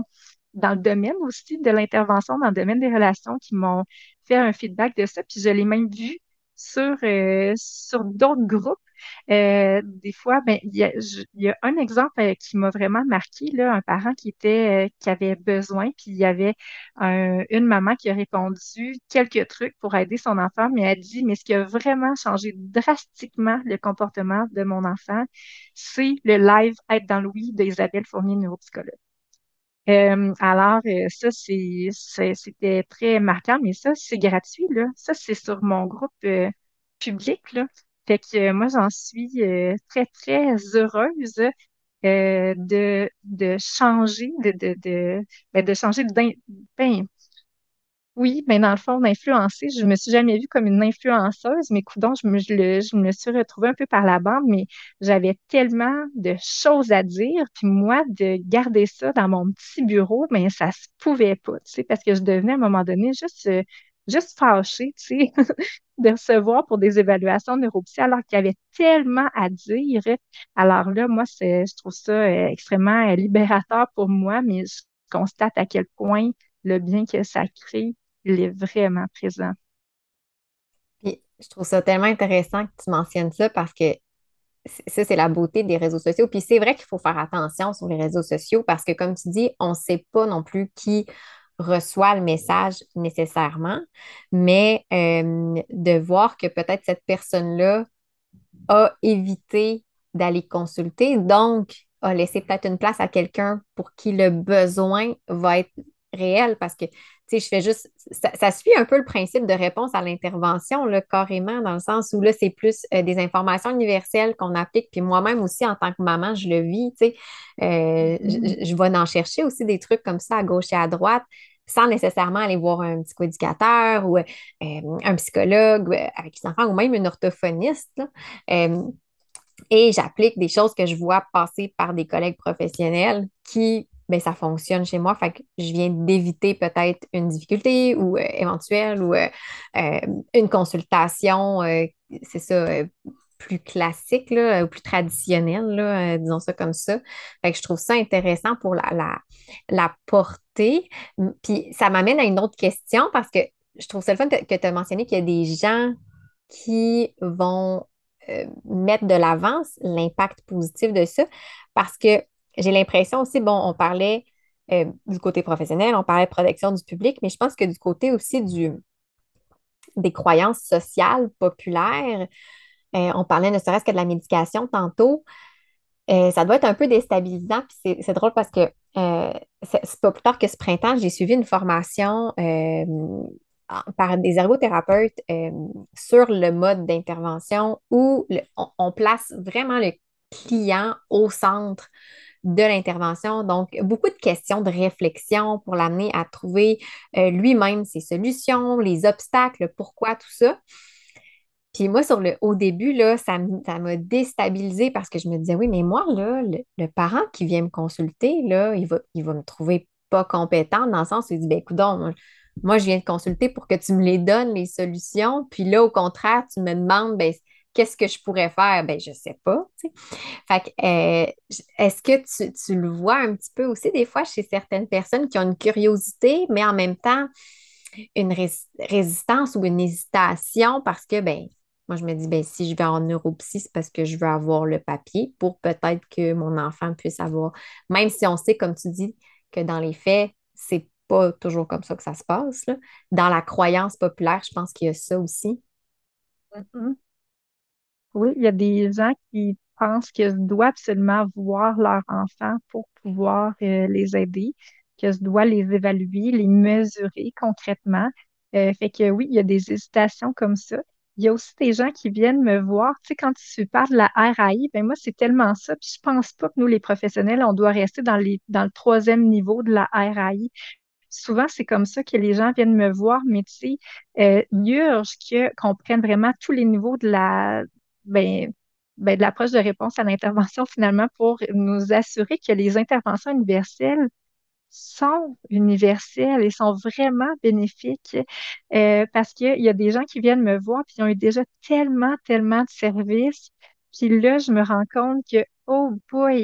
dans le domaine aussi de l'intervention, dans le domaine des relations, qui m'ont fait un feedback de ça. Puis je l'ai même vu sur, euh, sur d'autres groupes. Euh, des fois, ben, il y a, je- il y a un exemple euh, qui m'a vraiment marqué, là, un parent qui était, euh, qui avait besoin, puis il y avait un- une maman qui a répondu quelques trucs pour aider son enfant, mais elle dit, mais ce qui a vraiment changé drastiquement le comportement de mon enfant, c'est le live Être dans l'ouïe d'Isabelle Fournier, neuropsychologue. Euh, alors, euh, ça, c'est, c'est- c'était très marquant, mais ça, c'est gratuit, là. Ça, c'est sur mon groupe euh, public, là. Fait que euh, moi, j'en suis euh, très, très heureuse euh, de, de changer, de, de, de, ben, de changer d'in- ben, oui, mais dans le fond, d'influencer, je me suis jamais vue comme une influenceuse, mais coudonc, je me, je le- je me suis retrouvée un peu par la bande, mais j'avais tellement de choses à dire, puis moi, de garder ça dans mon petit bureau, mais ça se pouvait pas, tu sais, parce que je devenais à un moment donné juste, euh, juste fâchée, tu sais, de recevoir pour des évaluations neuropsy, alors qu'il y avait tellement à dire. Alors là, moi, c'est, je trouve ça euh, extrêmement euh, libérateur pour moi, mais je constate à quel point le bien que ça crée, il est vraiment présent. Puis, je trouve ça tellement intéressant que tu mentionnes ça parce que c- ça, c'est la beauté des réseaux sociaux. Puis c'est vrai qu'il faut faire attention sur les réseaux sociaux parce que, comme tu dis, on ne sait pas non plus qui reçoit le message nécessairement, mais euh, de voir que peut-être cette personne-là a évité d'aller consulter, donc a laissé peut-être une place à quelqu'un pour qui le besoin va être réel parce que, tu sais, je fais juste, ça, ça suit un peu le principe de réponse à l'intervention, là, carrément, dans le sens où là, c'est plus euh, des informations universelles qu'on applique, puis moi-même aussi, en tant que maman, je le vis, tu sais, Euh, Mhm. je, je vais en chercher aussi des trucs comme ça à gauche et à droite, sans nécessairement aller voir un psychoéducateur ou euh, un psychologue euh, avec les enfants ou même une orthophoniste, là. Euh, et j'applique des choses que je vois passer par des collègues professionnels qui, ben, ça fonctionne chez moi. Fait que je viens d'éviter peut-être une difficulté ou euh, éventuelle ou euh, euh, une consultation, euh, c'est ça, euh, plus classique, là, ou plus traditionnelle, là, euh, disons ça comme ça. Fait que je trouve ça intéressant pour la, la, la portée. Puis ça m'amène à une autre question parce que je trouve ça le fun que tu as mentionné qu'il y a des gens qui vont euh, mettre de l'avant l'impact positif de ça parce que j'ai l'impression aussi, bon, on parlait euh, du côté professionnel, on parlait de protection du public, mais je pense que du côté aussi du, des croyances sociales populaires, euh, on parlait ne serait-ce que de la médication tantôt, euh, ça doit être un peu déstabilisant. Puis c'est c'est drôle parce que euh, c'est c'est pas plus tard que ce printemps, j'ai suivi une formation euh, en- par des ergothérapeutes euh, sur le mode d'intervention où le- on, on place vraiment le client au centre de l'intervention. Donc, beaucoup de questions de réflexion pour l'amener à trouver euh, lui-même ses solutions, les obstacles, pourquoi tout ça. Puis moi, sur le, au début, là, ça m- ça m'a déstabilisée parce que je me disais, oui, mais moi, là, le, le parent qui vient me consulter, là, il va, il va me trouver pas compétente dans le sens où il dit, ben écoute, moi, moi, je viens te consulter pour que tu me les donnes, les solutions. Puis là, au contraire, tu me demandes, ben, qu'est-ce que je pourrais faire? Ben, je sais pas, tu sais. Fait que, euh, j- est-ce que tu, tu le vois un petit peu aussi des fois chez certaines personnes qui ont une curiosité, mais en même temps, une rés- résistance ou une hésitation parce que, ben, moi, je me dis, ben, si je vais en neuropsy, c'est parce que je veux avoir le papier pour peut-être que mon enfant puisse avoir, même si on sait, comme tu dis, que dans les faits, c'est pas toujours comme ça que ça se passe, là. Dans la croyance populaire, je pense qu'il y a ça aussi. Mhm. Oui, il y a des gens qui pensent que je dois absolument voir leur enfant pour pouvoir euh, les aider, que je dois les évaluer, les mesurer concrètement. Euh, fait que oui, il y a des hésitations comme ça. Il y a aussi des gens qui viennent me voir. Tu sais, quand tu parles de la R A I, ben moi, c'est tellement ça. Puis je pense pas que nous, les professionnels, on doit rester dans les, dans le troisième niveau de la R A I. Souvent, c'est comme ça que les gens viennent me voir, mais tu sais, euh, il urge que, qu'on prenne vraiment tous les niveaux de la, ben, ben, de l'approche de réponse à l'intervention finalement pour nous assurer que les interventions universelles sont universelles et sont vraiment bénéfiques euh, parce qu'il y a des gens qui viennent me voir puis ils ont eu déjà tellement, tellement de services. Puis là, je me rends compte que, oh boy,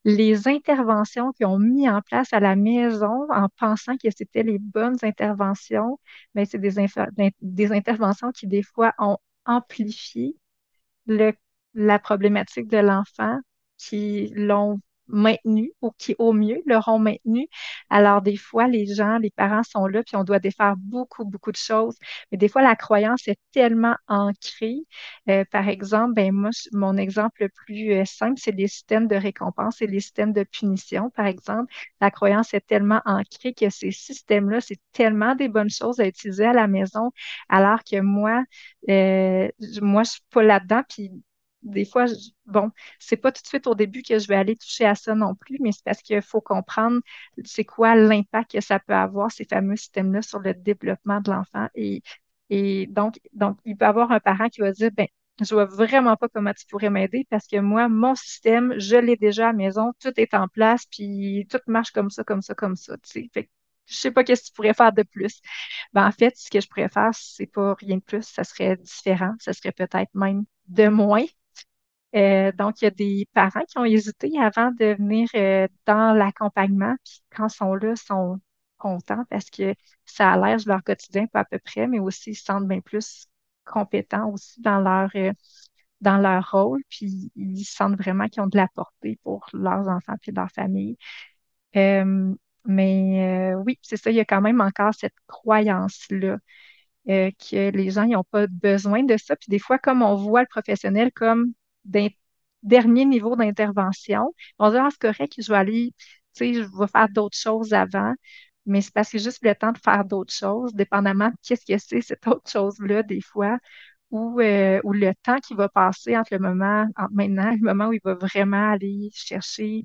les interventions qu'ils ont mis en place à la maison en pensant que c'était les bonnes interventions, mais c'est des, infa- d'in- des interventions qui, des fois, ont amplifié le, la problématique de l'enfant, qui l'ont maintenu ou qui, au mieux, l'auront maintenu. Alors, des fois, les gens, les parents sont là, puis on doit défaire beaucoup, beaucoup de choses. Mais des fois, la croyance est tellement ancrée. Euh, par exemple, ben moi, je- mon exemple le plus euh, simple, c'est les systèmes de récompense et les systèmes de punition, par exemple. La croyance est tellement ancrée que ces systèmes-là, c'est tellement des bonnes choses à utiliser à la maison, alors que moi, euh, je- moi, je suis pas là-dedans, puis des fois, je- bon, c'est pas tout de suite au début que je vais aller toucher à ça non plus, mais c'est parce qu'il faut comprendre c'est quoi l'impact que ça peut avoir, ces fameux systèmes-là, sur le développement de l'enfant. Et, et donc, donc, il peut y avoir un parent qui va dire, ben, je vois vraiment pas comment tu pourrais m'aider parce que moi, mon système, je l'ai déjà à la maison, tout est en place, puis tout marche comme ça, comme ça, comme ça, tu sais. Fait que je sais pas qu'est-ce que tu pourrais faire de plus. Ben, en fait, ce que je pourrais faire, c'est pas rien de plus, ça serait différent, ça serait peut-être même de moins. Euh, donc, il y a des parents qui ont hésité avant de venir euh, dans l'accompagnement, puis quand ils sont là, ils sont contents parce que ça allège leur quotidien, pas à peu près, mais aussi ils se sentent bien plus compétents aussi dans leur, euh, dans leur rôle, puis ils sentent vraiment qu'ils ont de la portée pour leurs enfants puis leur famille. Euh, mais euh, oui, c'est ça, il y a quand même encore cette croyance-là euh, que les gens n'ont pas besoin de ça. Puis des fois, comme on voit le professionnel comme d'un dernier niveau d'intervention, on se dit, ah, c'est correct, je vais aller, tu sais, je vais faire d'autres choses avant. Mais c'est parce que juste le temps de faire d'autres choses, dépendamment de qu'est-ce que c'est, cette autre chose-là, des fois, ou, euh, ou le temps qui va passer entre le moment, entre maintenant et le moment où il va vraiment aller chercher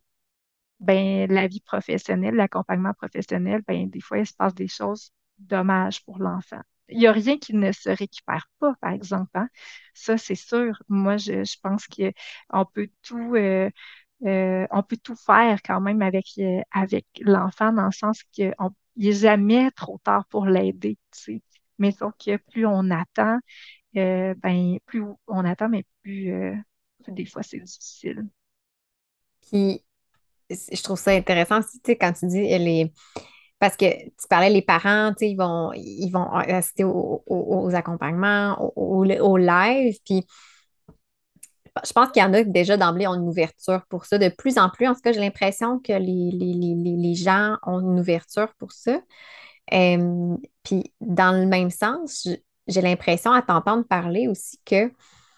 ben, la vie professionnelle, l'accompagnement professionnel, ben, des fois, il se passe des choses dommages pour l'enfant. Il n'y a rien qui ne se récupère pas, par exemple, hein. Ça, c'est sûr. Moi, je, je pense qu'on peut tout, euh, euh, on peut tout faire quand même avec, euh, avec l'enfant, dans le sens qu'il n'est jamais trop tard pour l'aider, tu sais. Mais sauf que plus on attend, euh, ben, plus on attend, mais plus, euh, des fois, c'est difficile. Puis, c- je trouve ça intéressant aussi, tu sais, quand tu dis euh, les. Parce que tu parlais, les parents, tu sais, ils vont, ils vont assister au- au- aux accompagnements, au, au- au live. Puis, je pense qu'il y en a qui déjà d'emblée ont une ouverture pour ça. De plus en plus, en tout cas, j'ai l'impression que les, les, les, les les gens ont une ouverture pour ça. Euh, puis, dans le même sens, j- j'ai l'impression à t'entendre parler aussi que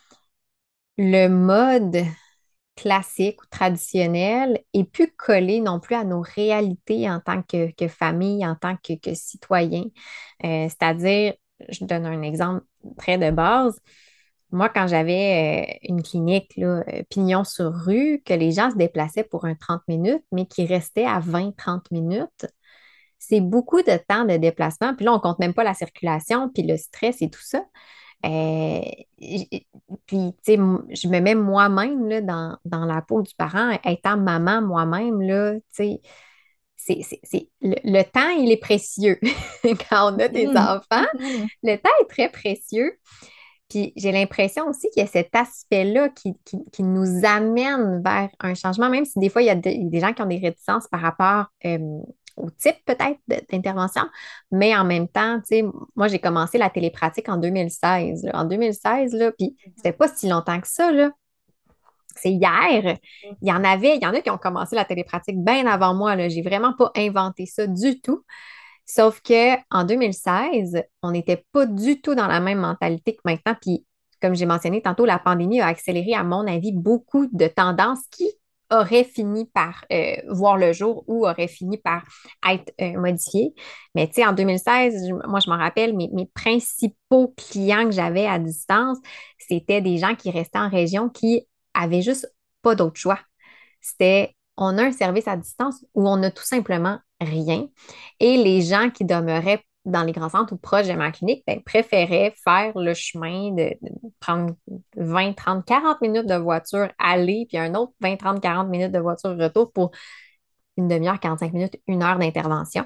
le mode classique ou traditionnel est plus collé non plus à nos réalités en tant que, que famille, en tant que, que citoyen. Euh, c'est-à-dire, je donne un exemple très de base. Moi, quand j'avais euh, une clinique, là, euh, pignon sur rue, que les gens se déplaçaient pour un trente minutes, mais qui restaient à vingt trente minutes, c'est beaucoup de temps de déplacement. Puis là, on compte même pas la circulation, puis le stress et tout ça. Euh, j- puis, tu sais, m- je me mets moi-même là, dans, dans la peau du parent, étant maman moi-même, là, tu sais, c'est, c'est, c'est- le, le temps, il est précieux. Quand on a des Mhm. enfants, Mhm. le temps est très précieux. Puis j'ai l'impression aussi qu'il y a cet aspect-là qui, qui, qui nous amène vers un changement, même si des fois, il y a des, des gens qui ont des réticences par rapport euh, au type peut-être de- d'intervention, mais en même temps, tu sais, moi, j'ai commencé la télépratique en deux mille seize. Là. En deux mille seize, là, puis c'était pas si longtemps que ça, là. C'est hier. Il y en avait, il y en a qui ont commencé la télépratique bien avant moi, là. J'ai vraiment pas inventé ça du tout. Sauf qu'en deux mille seize, on n'était pas du tout dans la même mentalité que maintenant. Puis, comme j'ai mentionné tantôt, la pandémie a accéléré, à mon avis, beaucoup de tendances qui auraient fini par euh, voir le jour ou auraient fini par être euh, modifiées. Mais tu sais, en deux mille seize, je- moi, je m'en rappelle, mes, mes principaux clients que j'avais à distance, c'était des gens qui restaient en région qui avaient juste pas d'autre choix. C'était, on a un service à distance où on n'a tout simplement rien. Et les gens qui demeuraient dans les grands centres ou proches de ma clinique, ben, préféraient faire le chemin de, de prendre vingt, trente, quarante minutes de voiture aller, puis un autre vingt, trente, quarante minutes de voiture retour pour une demi-heure, quarante-cinq minutes, une heure d'intervention.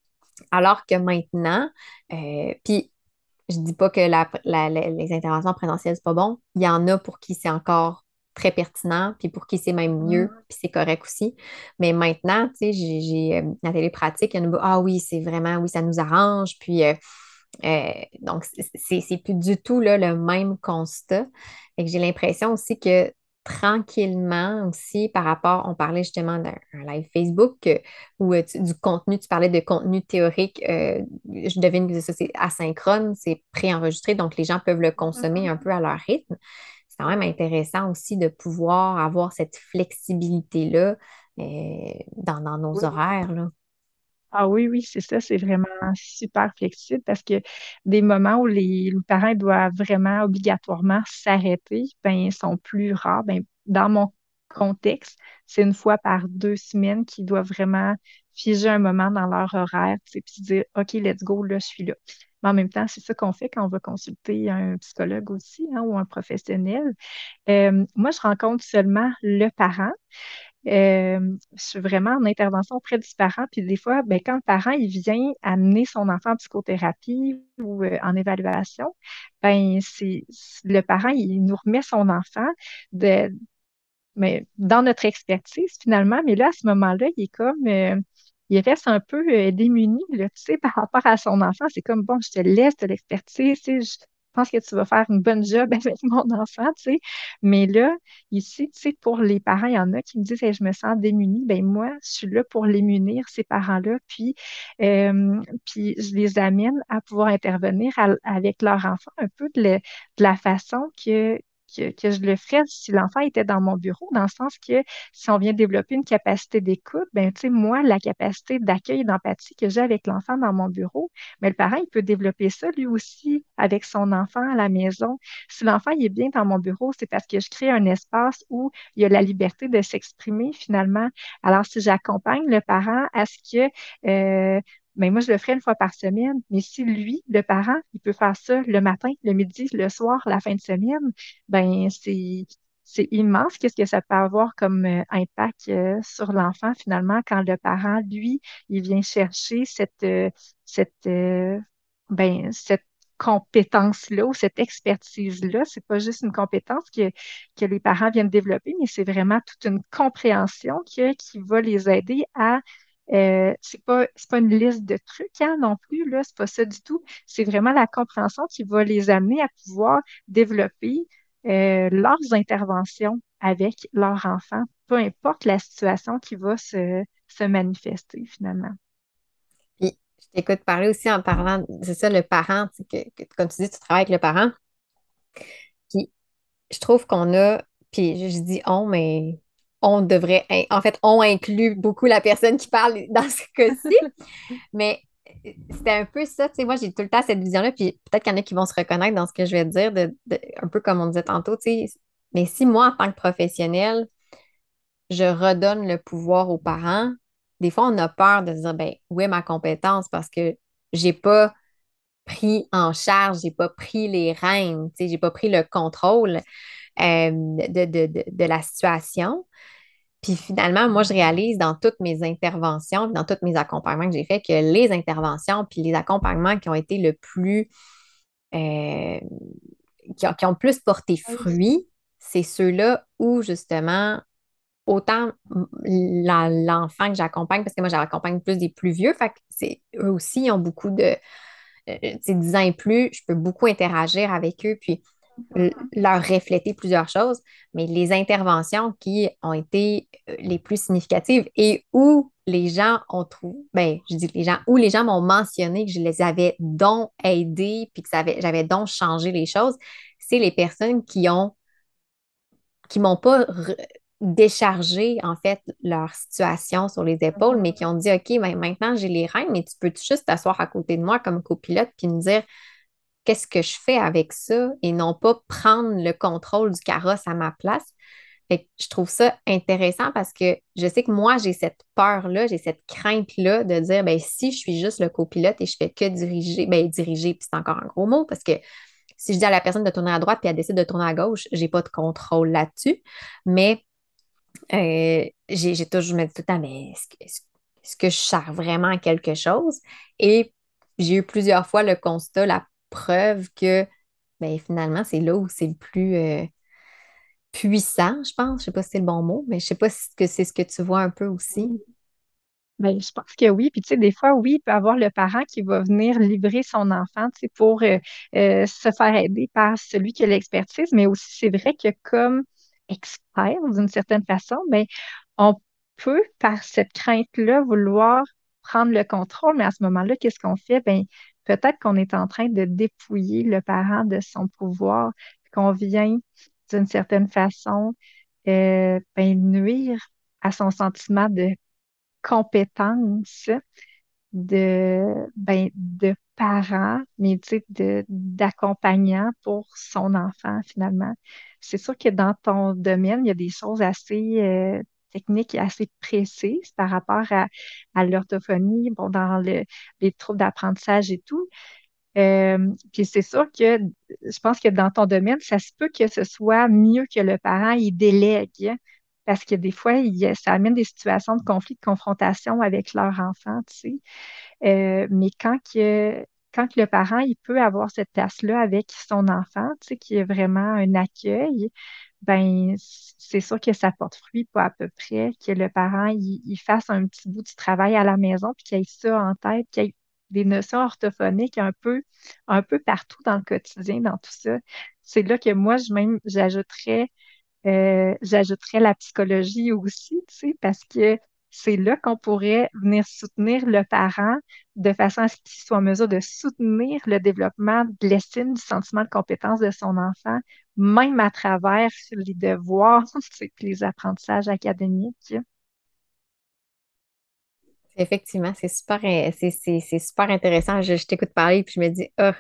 Alors que maintenant, euh, puis je dis pas que la- la- la- les interventions présentielles, c'est pas bon. Il y en a pour qui c'est encore très pertinent, puis pour qui c'est même mieux, puis c'est correct aussi. Mais maintenant, tu sais, j'ai, j'ai euh, la télé pratique, il y en a, ah oui, c'est vraiment, oui, ça nous arrange, puis euh, euh, donc, c'est c'est- c'est plus du tout là, le même constat. Et que j'ai l'impression aussi que tranquillement aussi, par rapport, on parlait justement d'un un live Facebook euh, où euh, tu- du contenu, tu parlais de contenu théorique, euh, je devine que ça, c'est asynchrone, c'est préenregistré, donc les gens peuvent le consommer un Mhm. peu à leur rythme. C'est quand même intéressant aussi de pouvoir avoir cette flexibilité-là euh, dans, dans nos Oui. horaires, là. Ah oui, oui, c'est ça, c'est vraiment super flexible parce que des moments où les, les parents doivent vraiment obligatoirement s'arrêter, ben, ils sont plus rares. Ben, dans mon contexte, c'est une fois par deux semaines qu'ils doivent vraiment figer un moment dans leur horaire, tu sais, puis se dire, OK, let's go, là, je suis là. Mais en même temps, c'est ça qu'on fait quand on va consulter un psychologue aussi, hein, ou un professionnel. Euh, moi, je rencontre seulement le parent. Euh, je suis vraiment en intervention auprès du parent. Puis des fois, ben, quand le parent il vient amener son enfant en psychothérapie ou euh, en évaluation, ben, c'est, c'est- le parent, il nous remet son enfant de, mais dans notre expertise finalement. Mais là, à ce moment-là, il est comme, euh, il reste un peu euh, démuni, là, tu sais, par rapport à son enfant. C'est comme, bon, je te laisse de l'expertise, tu sais, je pense que tu vas faire une bonne job avec mon enfant, tu sais. Mais là, ici, tu sais, pour les parents, il y en a qui me disent, Hey, je me sens démunie. Ben moi, je suis là pour les munir, ces parents-là, puis, euh, puis je les amène à pouvoir intervenir à- avec leur enfant un peu de, le- de la façon que que, que je le ferais si l'enfant était dans mon bureau, dans le sens que si on vient développer une capacité d'écoute, ben, tu sais, moi, la capacité d'accueil et d'empathie que j'ai avec l'enfant dans mon bureau, mais le parent, il peut développer ça lui aussi avec son enfant à la maison. Si l'enfant, il est bien dans mon bureau, c'est parce que je crée un espace où il y a la liberté de s'exprimer finalement. Alors, si j'accompagne le parent à ce que euh, ben moi, je le ferai une fois par semaine. Mais si lui, le parent, il peut faire ça le matin, le midi, le soir, la fin de semaine, ben c'est c'est immense. Qu'est-ce que ça peut avoir comme euh, impact euh, sur l'enfant finalement quand le parent, lui, il vient chercher cette euh, cette euh, ben cette compétence-là ou cette expertise-là. C'est pas juste une compétence que, que les parents viennent développer, mais c'est vraiment toute une compréhension que- qui va les aider à euh, c'est pas, c'est pas une liste de trucs hein, non plus, là, c'est pas ça du tout. C'est vraiment la compréhension qui va les amener à pouvoir développer euh, leurs interventions avec leur enfant, peu importe la situation qui va se, se manifester finalement. Puis, je t'écoute parler aussi en parlant, c'est ça, le parent, tu sais, que, que- comme tu dis, tu travailles avec le parent. Puis, je trouve qu'on a, puis je, je dis on, mais on devrait, in- en fait, on inclut beaucoup la personne qui parle dans ce cas-ci, mais euh, c'était un peu ça, tu sais, moi, j'ai tout le temps cette vision-là, puis peut-être qu'il y en a qui vont se reconnaître dans ce que je vais te dire, de, de- un peu comme on disait tantôt, tu sais, mais si moi, en tant que professionnel, je redonne le pouvoir aux parents, des fois, on a peur de se dire, ben, où est ma compétence? Parce que j'ai pas pris en charge, j'ai pas pris les rênes, tu sais, j'ai pas pris le contrôle euh, de, de, de, de la situation. Puis finalement, moi, je réalise dans toutes mes interventions, dans tous mes accompagnements que j'ai faits, que les interventions puis les accompagnements qui ont été le plus, euh, qui ont, qui ont plus porté fruit, c'est ceux-là où justement, autant la- l'enfant que j'accompagne, parce que moi, j'accompagne plus des plus vieux, fait que c'est, eux aussi, ils ont beaucoup de, euh, tu sais, dix ans et plus, je peux beaucoup interagir avec eux, puis l- leur refléter plusieurs choses, mais les interventions qui ont été euh, les plus significatives et où les gens ont trouvé, ben, je dis les gens, où les gens m'ont mentionné que je les avais donc aidés, puis que ça avait- j'avais donc changé les choses, c'est les personnes qui ont qui m'ont pas re- déchargé, en fait, leur situation sur les épaules, mais qui ont dit, OK, ben, maintenant j'ai les rênes, mais tu peux juste t'asseoir à côté de moi comme copilote puis me dire qu'est-ce que je fais avec ça et non pas prendre le contrôle du carrosse à ma place. Fait que je trouve ça intéressant parce que je sais que moi, j'ai cette peur-là, j'ai cette crainte-là de dire, ben, si je suis juste le copilote et je fais que diriger, ben, diriger, puis c'est encore un gros mot parce que si je dis à la personne de tourner à droite puis elle décide de tourner à gauche, j'ai pas de contrôle là-dessus. Mais euh, j'ai j'ai toujours, je me dis tout le temps, mais est-ce que, est-ce- est-ce que je sers vraiment à quelque chose? Et j'ai eu plusieurs fois le constat, la preuve que ben, finalement, c'est là où c'est le plus, euh, puissant, je pense. Je sais pas si c'est le bon mot, mais je sais pas si que c'est ce que tu vois un peu aussi. Ben, je pense que oui. Puis, tu sais, des fois, oui, il peut y avoir le parent qui va venir livrer son enfant, tu sais, pour euh, euh, se faire aider par celui qui a l'expertise. Mais aussi, c'est vrai que comme expert, d'une certaine façon, ben, on peut, par cette crainte-là, vouloir prendre le contrôle. Mais à ce moment-là, qu'est-ce qu'on fait? Ben, peut-être qu'on est en train de dépouiller le parent de son pouvoir, qu'on vient, d'une certaine façon, euh, ben, nuire à son sentiment de compétence de, ben, de parents, mais tu sais, de, d'accompagnants pour son enfant, finalement. C'est sûr que dans ton domaine, il y a des choses assez euh, techniques et assez précises par rapport à, à l'orthophonie, bon, dans le, les troubles d'apprentissage et tout. Euh, puis c'est sûr que je pense que dans ton domaine, ça se peut que ce soit mieux que le parent il délègue, hein, parce que des fois, il y a- ça amène des situations de conflit, de confrontation avec leur enfant, tu sais. Euh, mais quand, que, quand que le parent, il peut avoir cette place-là avec son enfant, tu sais, qui est vraiment un accueil, ben c'est sûr que ça porte fruit, pas à peu près, que le parent, il, il fasse un petit bout du travail à la maison, puis qu'il ait ça en tête, qu'il ait des notions orthophoniques un peu, un peu partout dans le quotidien, dans tout ça. C'est là que moi, je même, j'ajouterais euh, j'ajouterais la psychologie aussi, tu sais, parce que c'est là qu'on pourrait venir soutenir le parent de façon à ce qu'il soit en mesure de soutenir le développement de l'estime, du sentiment de compétence de son enfant, même à travers les devoirs, tu sais, puis les apprentissages académiques. Effectivement, c'est super, euh, c'est c'est- c'est super intéressant. Je, je t'écoute parler puis je me dis, ah,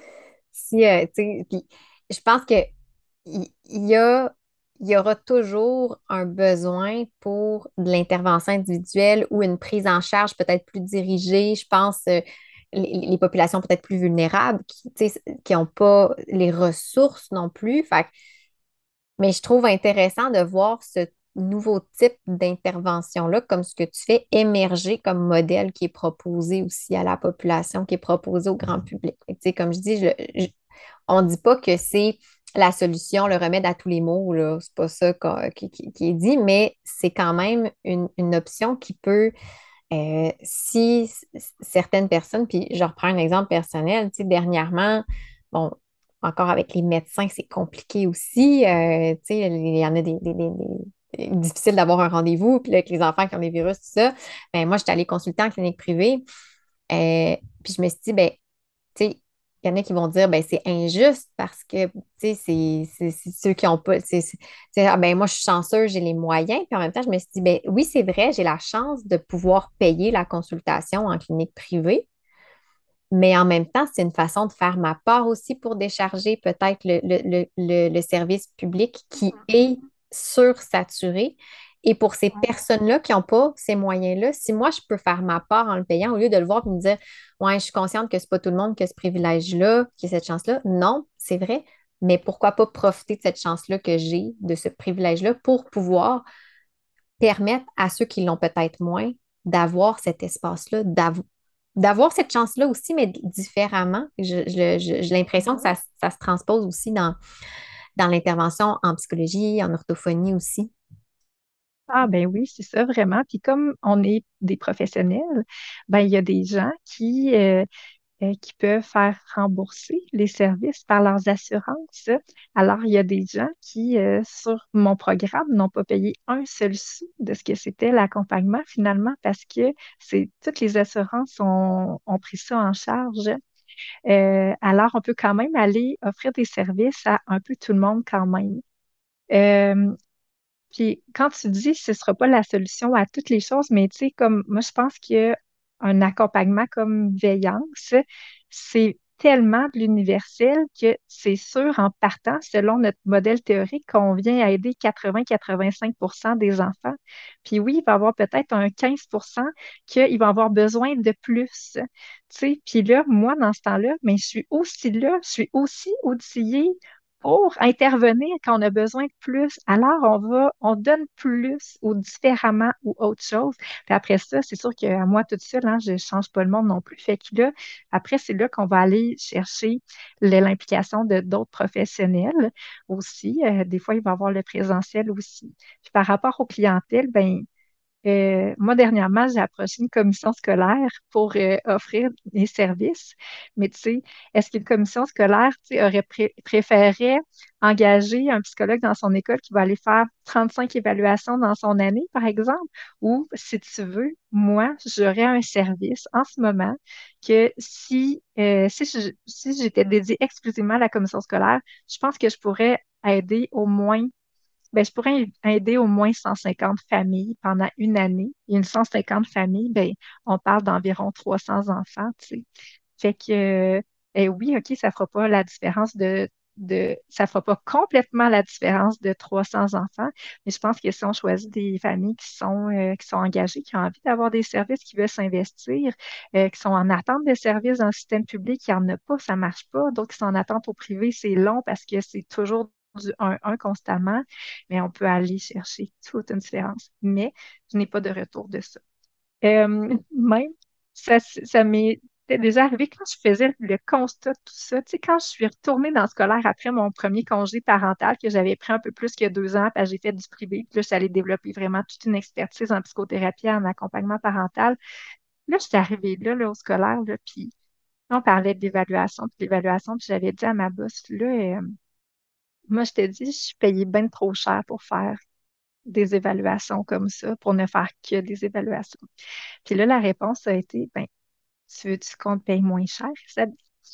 si, euh, tu sais, puis je pense que il il y a, il y aura toujours un besoin pour de l'intervention individuelle ou une prise en charge peut-être plus dirigée. Je pense euh, les, les populations peut-être plus vulnérables qui, tu sais, qui n'ont pas les ressources non plus. Fait que mais je trouve intéressant de voir ce nouveau type d'intervention-là, comme ce que tu fais, émerger comme modèle qui est proposé aussi à la population, qui est proposé au grand public. Fait que, tu sais, comme je dis, je- je- on ne dit pas que c'est la solution, le remède à tous les maux, là. C'est pas ça qu'on- qui, qui- qui est dit, mais c'est quand même une, une option qui peut, euh, si c- certaines personnes, puis je reprends un exemple personnel, tu sais, dernièrement, bon, encore avec les médecins, c'est compliqué aussi. Euh, tu sais, il y en a des, des, des- des- difficile d'avoir un rendez-vous, puis là, avec les enfants qui ont des virus, tout ça. Ben, moi, j'étais allée consulter en clinique privée, euh, puis je me suis dit, ben, tu sais, il y en a qui vont dire, ben, c'est injuste parce que, tu sais, c'est c'est- c'est ceux qui ont pas, c'est, c'est- c'est, ah, ben, moi, je suis chanceuse, j'ai les moyens. Puis en même temps, je me suis dit, ben, oui, c'est vrai, j'ai la chance de pouvoir payer la consultation en clinique privée, mais en même temps, c'est une façon de faire ma part aussi pour décharger peut-être le, le, le, le- le service public qui est sursaturé. Et pour ces personnes-là qui n'ont pas ces moyens-là, si moi, je peux faire ma part en le payant, au lieu de le voir et me dire, ouais, je suis consciente que c'est pas tout le monde qui a ce privilège-là, qui a cette chance-là. Non, c'est vrai. Mais pourquoi pas profiter de cette chance-là que j'ai, de ce privilège-là, pour pouvoir permettre à ceux qui l'ont peut-être moins d'avoir cet espace-là, d'av- d'avoir cette chance-là aussi, mais différemment. Je- je- je- J'ai l'impression que ça, ça se transpose aussi dans, dans l'intervention en psychologie, en orthophonie aussi. Ah ben oui, c'est ça vraiment. Puis comme on est des professionnels, ben il y a des gens qui, euh, euh, qui peuvent faire rembourser les services par leurs assurances. Alors, il y a des gens qui, euh, sur mon programme, n'ont pas payé un seul sou de ce que c'était l'accompagnement finalement parce que c'est toutes les assurances ont, ont pris ça en charge. Euh, alors, on peut quand même aller offrir des services à un peu tout le monde quand même. Euh, puis quand tu dis ce ne sera pas la solution à toutes les choses, mais tu sais, comme moi, je pense qu'un accompagnement comme veillance, c'est tellement de l'universel que c'est sûr, en partant, selon notre modèle théorique, qu'on vient à aider quatre-vingts à quatre-vingt-cinq pour cent des enfants. Puis oui, il va y avoir peut-être un quinze pour cent qu'ils vont avoir besoin de plus. Tu sais, puis là, moi, dans ce temps-là, mais je suis aussi là, je suis aussi outillée pour intervenir quand on a besoin de plus. Alors, on va, on donne plus ou différemment ou autre chose. Puis après ça, c'est sûr qu'à moi toute seule, hein, je ne change pas le monde non plus. Fait que là, après, c'est là qu'on va aller chercher le- l'implication de d'autres professionnels aussi. Euh, des fois, il va y avoir le présentiel aussi. Puis par rapport aux clientèles, ben euh, moi, dernièrement, j'ai approché une commission scolaire pour euh, offrir des services. Mais tu sais, est-ce qu'une commission scolaire, tu sais, aurait pré- préféré engager un psychologue dans son école qui va aller faire trente-cinq évaluations dans son année, par exemple? Ou, si tu veux, moi, j'aurais un service en ce moment que si, euh, si je- si j'étais dédiée exclusivement à la commission scolaire, je pense que je pourrais aider au moins ben, je pourrais aider au moins cent cinquante familles pendant une année. Et une cent cinquante familles, ben, on parle d'environ trois cents enfants, tu sais. Fait que, euh, eh oui, OK, ça fera pas la différence de, de, ça fera pas complètement la différence de trois cents enfants, mais je pense que si on choisit des familles qui sont, euh, qui sont engagées, qui ont envie d'avoir des services, qui veulent s'investir, euh, qui sont en attente de services dans le système public, il n'y en a pas, ça marche pas. D'autres qui sont en attente au privé, c'est long parce que c'est toujours du un un constamment, mais on peut aller chercher toute une différence. Mais je n'ai pas de retour de ça. Euh, même, ça, ça m'est déjà arrivé quand je faisais le constat de tout ça. Tu sais, quand je suis retournée dans le scolaire après mon premier congé parental, que j'avais pris un peu plus que deux ans, puis j'ai fait du privé, puis là, je suis allée développer vraiment toute une expertise en psychothérapie, en accompagnement parental. Là, je suis arrivée là, là, au scolaire, là, puis on parlait de l'évaluation, puis de l'évaluation, puis j'avais dit à ma boss, là, euh, moi, je te dis, je suis payée bien trop cher pour faire des évaluations comme ça, pour ne faire que des évaluations. Puis là, la réponse a été, ben, tu veux-tu qu'on te paye moins cher, Isabelle?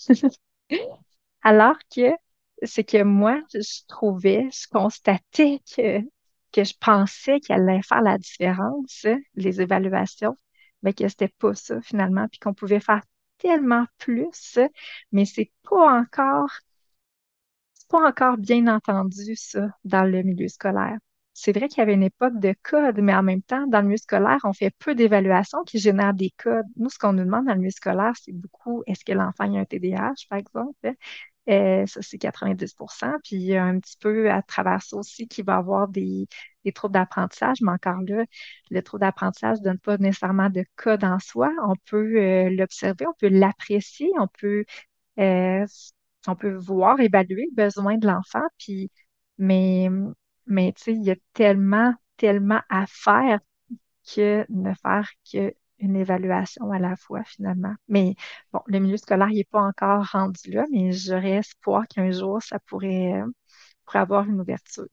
Alors que c'est que moi, je trouvais, je constatais que, que je pensais qu'elle allait faire la différence, les évaluations, mais que c'était pas ça finalement, puis qu'on pouvait faire tellement plus, mais c'est pas encore c'est pas encore bien entendu, ça, dans le milieu scolaire. C'est vrai qu'il y avait une époque de code, mais en même temps, dans le milieu scolaire, on fait peu d'évaluations qui génèrent des codes. Nous, ce qu'on nous demande dans le milieu scolaire, c'est beaucoup, est-ce que l'enfant a un T D A H, par exemple? Euh, ça, c'est quatre-vingt-dix pour cent. Puis, il y a un petit peu à travers ça aussi qu'il va avoir des, des troubles d'apprentissage, mais encore là, le trouble d'apprentissage ne donne pas nécessairement de code en soi. On peut euh, l'observer, on peut l'apprécier, on peut euh, on peut voir, évaluer le besoin de l'enfant, puis, mais, mais tu sais, il y a tellement, tellement à faire que ne faire qu'une évaluation à la fois, finalement. Mais bon, le milieu scolaire, il n'est pas encore rendu là, mais j'aurais espoir qu'un jour, ça pourrait, euh, pourrait avoir une ouverture.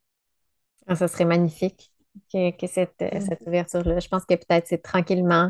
Ah, ça serait magnifique que, que cette, euh, Mm. cette ouverture-là. Je pense que peut-être c'est tranquillement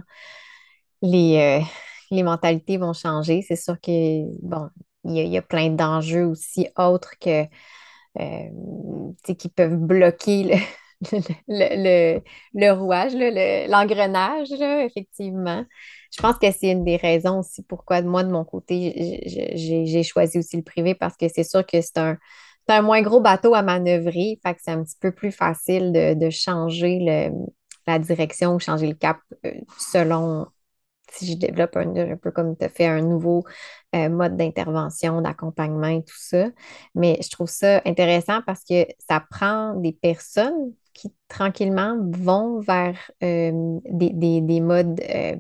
les, euh, les mentalités vont changer. C'est sûr que, bon, il y a, il y a plein d'enjeux aussi autres que, euh, tu sais, qui peuvent bloquer le, le, le, le rouage, là, le- l'engrenage, là, effectivement. Je pense que c'est une des raisons aussi pourquoi, moi, de mon côté, j'ai j'ai- j'ai choisi aussi le privé parce que c'est sûr que c'est un, c'est un moins gros bateau à manœuvrer. Fait que c'est un petit peu plus facile de, de changer le, la direction ou changer le cap euh, selon si je développe un, un peu comme tu as fait un nouveau euh, mode d'intervention, d'accompagnement et tout ça. Mais je trouve ça intéressant parce que ça prend des personnes qui tranquillement vont vers euh, des, des- des modes, euh,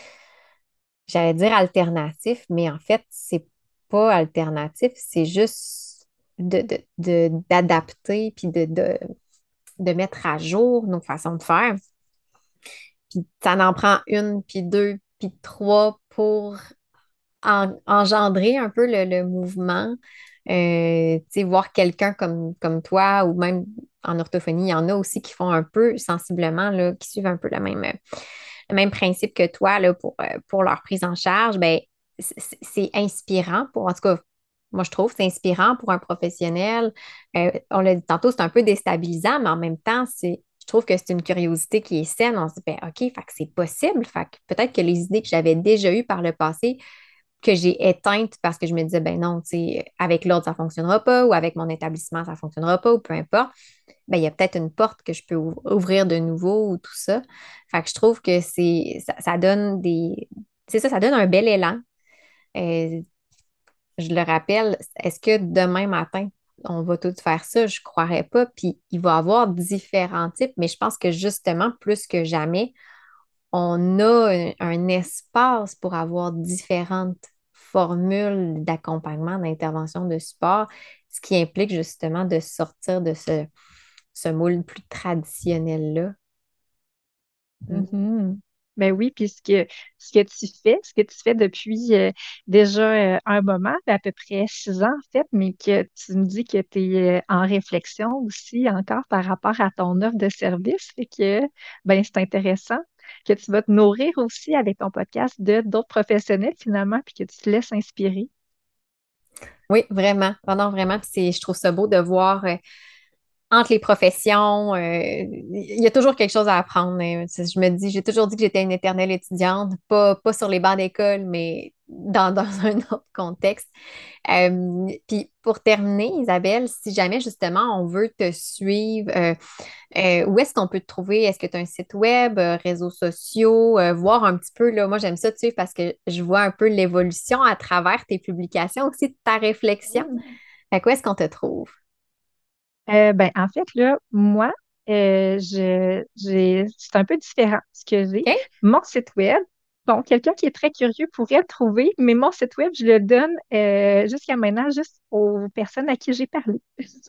j'allais dire alternatifs, mais en fait, c'est pas alternatif, c'est juste de, de- de- d'adapter puis de, de, de mettre à jour nos façons de faire. Puis ça en prend une, puis deux, puis trois pour en- engendrer un peu le, le mouvement. Euh, tu sais, voir quelqu'un comme, comme toi ou même en orthophonie, il y en a aussi qui font un peu sensiblement, là, qui suivent un peu le même, le même principe que toi là, pour, euh, pour leur prise en charge. Ben, c'est c'est inspirant pour, en tout cas, moi je trouve, c'est inspirant pour un professionnel. Euh, on l'a dit tantôt, c'est un peu déstabilisant, mais en même temps, c'est, je trouve que c'est une curiosité qui est saine. On se dit, ben, OK, fait que c'est possible. Fait que peut-être que les idées que j'avais déjà eues par le passé, que j'ai éteinte parce que je me disais, ben non, tu sais, avec l'autre, ça ne fonctionnera pas, ou avec mon établissement, ça ne fonctionnera pas, ou peu importe, ben il y a peut-être une porte que je peux ouv- ouvrir de nouveau ou tout ça. Fait que je trouve que c'est ça, ça donne des. C'est ça, ça donne un bel élan. Euh, je le rappelle, est-ce que demain matin, on va tous faire ça, je croirais pas. Puis il va y avoir différents types, mais je pense que justement, plus que jamais, on a un, un espace pour avoir différentes formules d'accompagnement, d'intervention, de support, ce qui implique justement de sortir de ce, ce moule plus traditionnel-là. Mm. Mhm. Ben oui, puis ce que, ce que tu fais, ce que tu fais depuis euh, déjà euh, un moment, à peu près six ans en fait, mais que tu me dis que tu es en réflexion aussi encore par rapport à ton offre de service, fait que ben c'est intéressant que tu vas te nourrir aussi avec ton podcast de d'autres professionnels finalement, puis que tu te laisses inspirer. Oui, vraiment. Pendant vraiment, puis c'est, je trouve ça beau de voir. Euh, entre les professions, euh, il y a toujours quelque chose à apprendre, hein. Je me dis, j'ai toujours dit que j'étais une éternelle étudiante, pas, pas sur les bancs d'école, mais dans, dans un autre contexte. Euh, puis pour terminer, Isabelle, si jamais justement on veut te suivre, euh, euh, où est-ce qu'on peut te trouver? Est-ce que tu as un site web, euh, réseaux sociaux, euh, voir un petit peu, là, moi j'aime ça te suivre parce que je vois un peu l'évolution à travers tes publications, aussi de ta réflexion. Fait que où est-ce qu'on te trouve? Euh, ben, en fait, là, moi, euh, je, j'ai, c'est un peu différent ce que j'ai. OK? Mon site web, bon, quelqu'un qui est très curieux pourrait le trouver, mais mon site web, je le donne euh, jusqu'à maintenant juste aux personnes à qui j'ai parlé.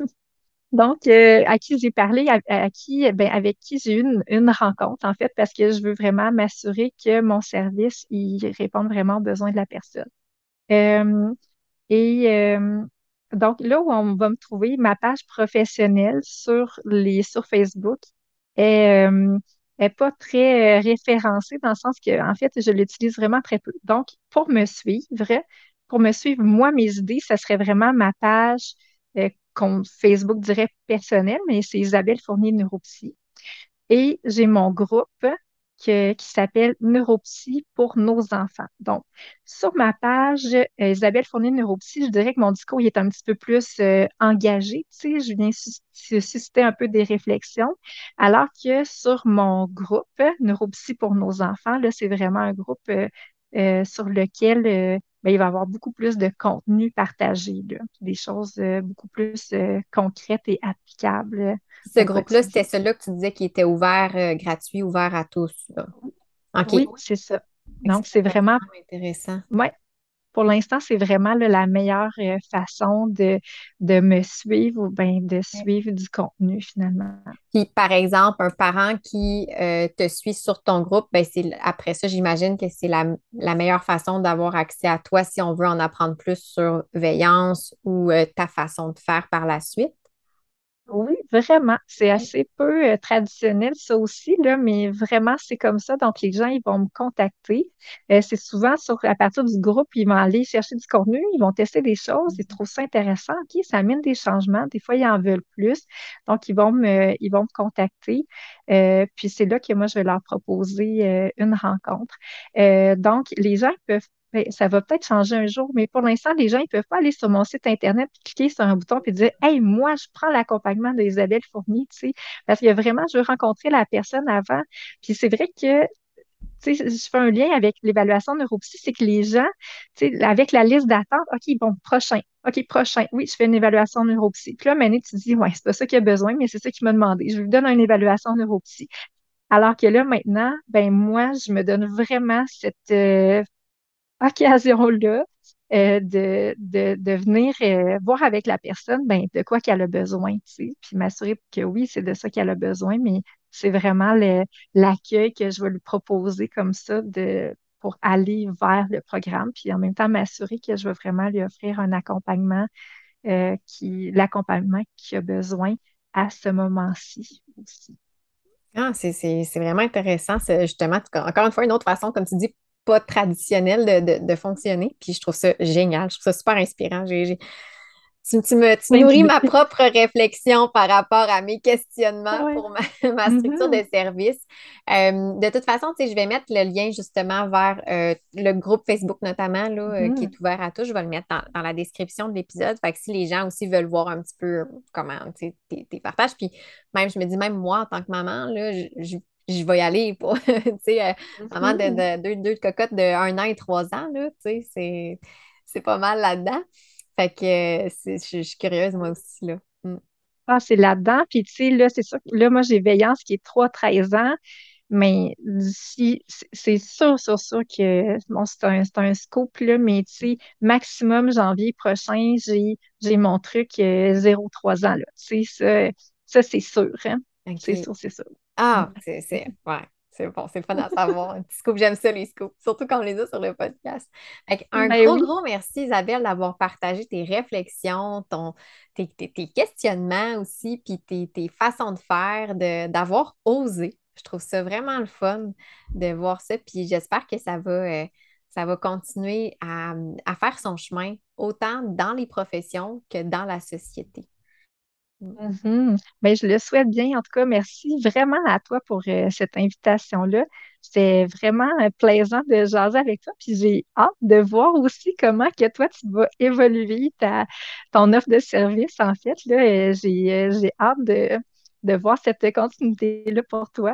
Donc, euh, à qui j'ai parlé, à, à qui, ben, avec qui j'ai eu une, une rencontre, en fait, parce que je veux vraiment m'assurer que mon service, il réponde vraiment aux besoins de la personne. Euh, et euh, donc, là où on va me trouver, ma page professionnelle sur les sur Facebook est, euh, est pas très euh, référencée dans le sens que, en fait, je l'utilise vraiment très peu. Donc, pour me suivre, pour me suivre, moi, mes idées, ça serait vraiment ma page euh, qu'on Facebook dirait personnelle, mais c'est Isabelle Fournier Neuropsy. Et j'ai mon groupe que- qui s'appelle Neuropsy pour nos enfants. Donc, sur ma page, euh, Isabelle Fournier Neuropsy, je dirais que mon discours il est un petit peu plus euh, engagé. Tu sais, je viens sus- sus- susciter un peu des réflexions. Alors que sur mon groupe, Neuropsy pour nos enfants, là, c'est vraiment un groupe euh, euh, sur lequel euh, ben, il va y avoir beaucoup plus de contenu partagé, là, des choses euh, beaucoup plus euh, concrètes et applicables euh, Ce au groupe-là, c'était quotidien. celui-là que tu disais qui était ouvert, euh, gratuit, ouvert à tous, là. OK. Oui, c'est ça. Fait que Donc, ça, c'est ça peut être vraiment, vraiment intéressant. ouais, pour l'instant, c'est vraiment là, la meilleure euh, façon de, de me suivre ou bien de suivre du contenu finalement. Puis, par exemple, un parent qui euh, te suit sur ton groupe, ben c'est, après ça, j'imagine que c'est la, la meilleure façon d'avoir accès à toi si on veut en apprendre plus sur veillance ou euh, ta façon de faire par la suite. Oui, vraiment. C'est assez peu euh, traditionnel, ça aussi, là, mais vraiment, c'est comme ça. Donc, les gens, ils vont me contacter. Euh, c'est souvent sur, à partir du groupe, ils vont aller chercher du contenu, ils vont tester des choses, ils trouvent ça intéressant. OK, ça amène des changements. Des fois, ils en veulent plus. Donc, ils vont me, ils vont me contacter. Euh, puis, c'est là que moi, je vais leur proposer euh, une rencontre. Euh, donc, les gens peuvent ben, ça va peut-être changer un jour, mais pour l'instant, les gens, ils peuvent pas aller sur mon site Internet, puis cliquer sur un bouton et dire, Hey, moi, je prends l'accompagnement d'Isabelle Fournier, tu sais, parce que vraiment, je veux rencontrer la personne avant. Puis c'est vrai que, tu sais, je fais un lien avec l'évaluation neuropsy, c'est que les gens, tu sais, avec la liste d'attente, OK, bon, prochain, OK, prochain, oui, je fais une évaluation neuropsy. Puis là, maintenant, tu dis, ouais, c'est pas ça qu'il a besoin, mais c'est ça qu'il m'a demandé. Je lui donne une évaluation neuropsy. Alors que là, maintenant, ben moi, je me donne vraiment cette, euh, occasion-là euh, de, de, de venir euh, voir avec la personne ben, de quoi qu'elle a besoin, tu sais, puis m'assurer que oui, c'est de ça qu'elle a besoin, mais c'est vraiment le- l'accueil que je vais lui proposer comme ça de, pour aller vers le programme, puis en même temps m'assurer que je vais vraiment lui offrir un accompagnement euh, qui, l'accompagnement qu'il a besoin à ce moment-ci aussi. Ah, c'est c'est- c'est vraiment intéressant. C'est justement, encore une fois, une autre façon, comme tu dis, pas traditionnelle de, de- de fonctionner. Puis je trouve ça génial. Je trouve ça super inspirant. J'ai, j'ai- Tu, tu me, tu Plein nourris d'idées. ma propre réflexion par rapport à mes questionnements Ouais. pour ma, ma structure Mhm. de service. Euh, de toute façon, tu sais, je vais mettre le lien justement vers euh, le groupe Facebook notamment, là, euh, qui Mhm. est ouvert à tous. Je vais le mettre dans, dans la description de l'épisode. Fait que si les gens aussi veulent voir un petit peu comment, tu sais, tes, tes partages, puis même, je me dis, même moi, en tant que maman, là, je, je, je vais y aller pour, tu sais, euh, maman Mhm. de, de- deux, deux cocottes de un an et trois ans, là, tu sais, c'est, c'est pas mal là-dedans. Fait que euh, c'est- je je suis curieuse, moi aussi, là. Mm. Ah, c'est là-dedans. Puis, tu sais, là, c'est sûr que là, moi, j'ai Veillance qui est trois treize ans, mais d'ici, c'est c'est sûr, sûr, sûr que, bon, c'est un, c'est un scoop, là, mais tu sais, maximum janvier prochain, j'ai, j'ai mon truc euh, zéro trois ans, là. Tu sais, ça, ça c'est sûr, hein? C'est OK. sûr, c'est sûr. Mm. Ah, c'est, c'est, ouais, c'est bon, c'est fun à savoir. Un petit scoop, j'aime ça, les scoops, surtout quand on les a sur le podcast. Fait que un Ben gros, oui. gros merci, Isabelle, d'avoir partagé tes réflexions, ton, tes, tes- tes questionnements aussi, puis tes, tes façons de faire, de, d'avoir osé. Je trouve ça vraiment le fun de voir ça, puis j'espère que ça va, euh, ça va continuer à, à faire son chemin, autant dans les professions que dans la société. Mm. Mhm. Ben, je le souhaite bien. En tout cas, merci vraiment à toi pour euh, cette invitation-là. C'était vraiment euh, plaisant de jaser avec toi. Puis j'ai hâte de voir aussi comment que toi, tu vas évoluer ta, ton offre de service. En fait, là, Euh, j'ai, euh, j'ai hâte de, de voir cette continuité-là pour toi.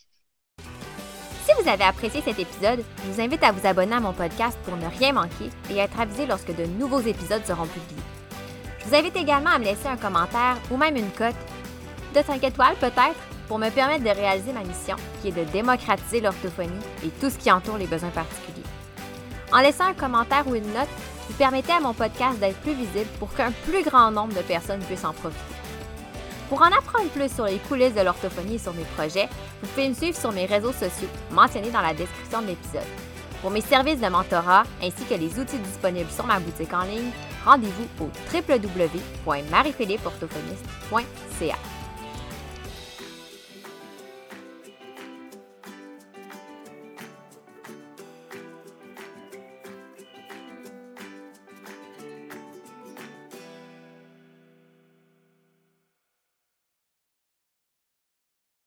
Si vous avez apprécié cet épisode, je vous invite à vous abonner à mon podcast pour ne rien manquer et être avisé lorsque de nouveaux épisodes seront publiés. Je vous invite également à me laisser un commentaire ou même une cote de cinq étoiles peut-être pour me permettre de réaliser ma mission qui est de démocratiser l'orthophonie et tout ce qui entoure les besoins particuliers. En laissant un commentaire ou une note, vous permettez à mon podcast d'être plus visible pour qu'un plus grand nombre de personnes puissent en profiter. Pour en apprendre plus sur les coulisses de l'orthophonie et sur mes projets, vous pouvez me suivre sur mes réseaux sociaux mentionnés dans la description de l'épisode. Pour mes services de mentorat ainsi que les outils disponibles sur ma boutique en ligne, rendez-vous au w w w point marie philippe orthophoniste point c a.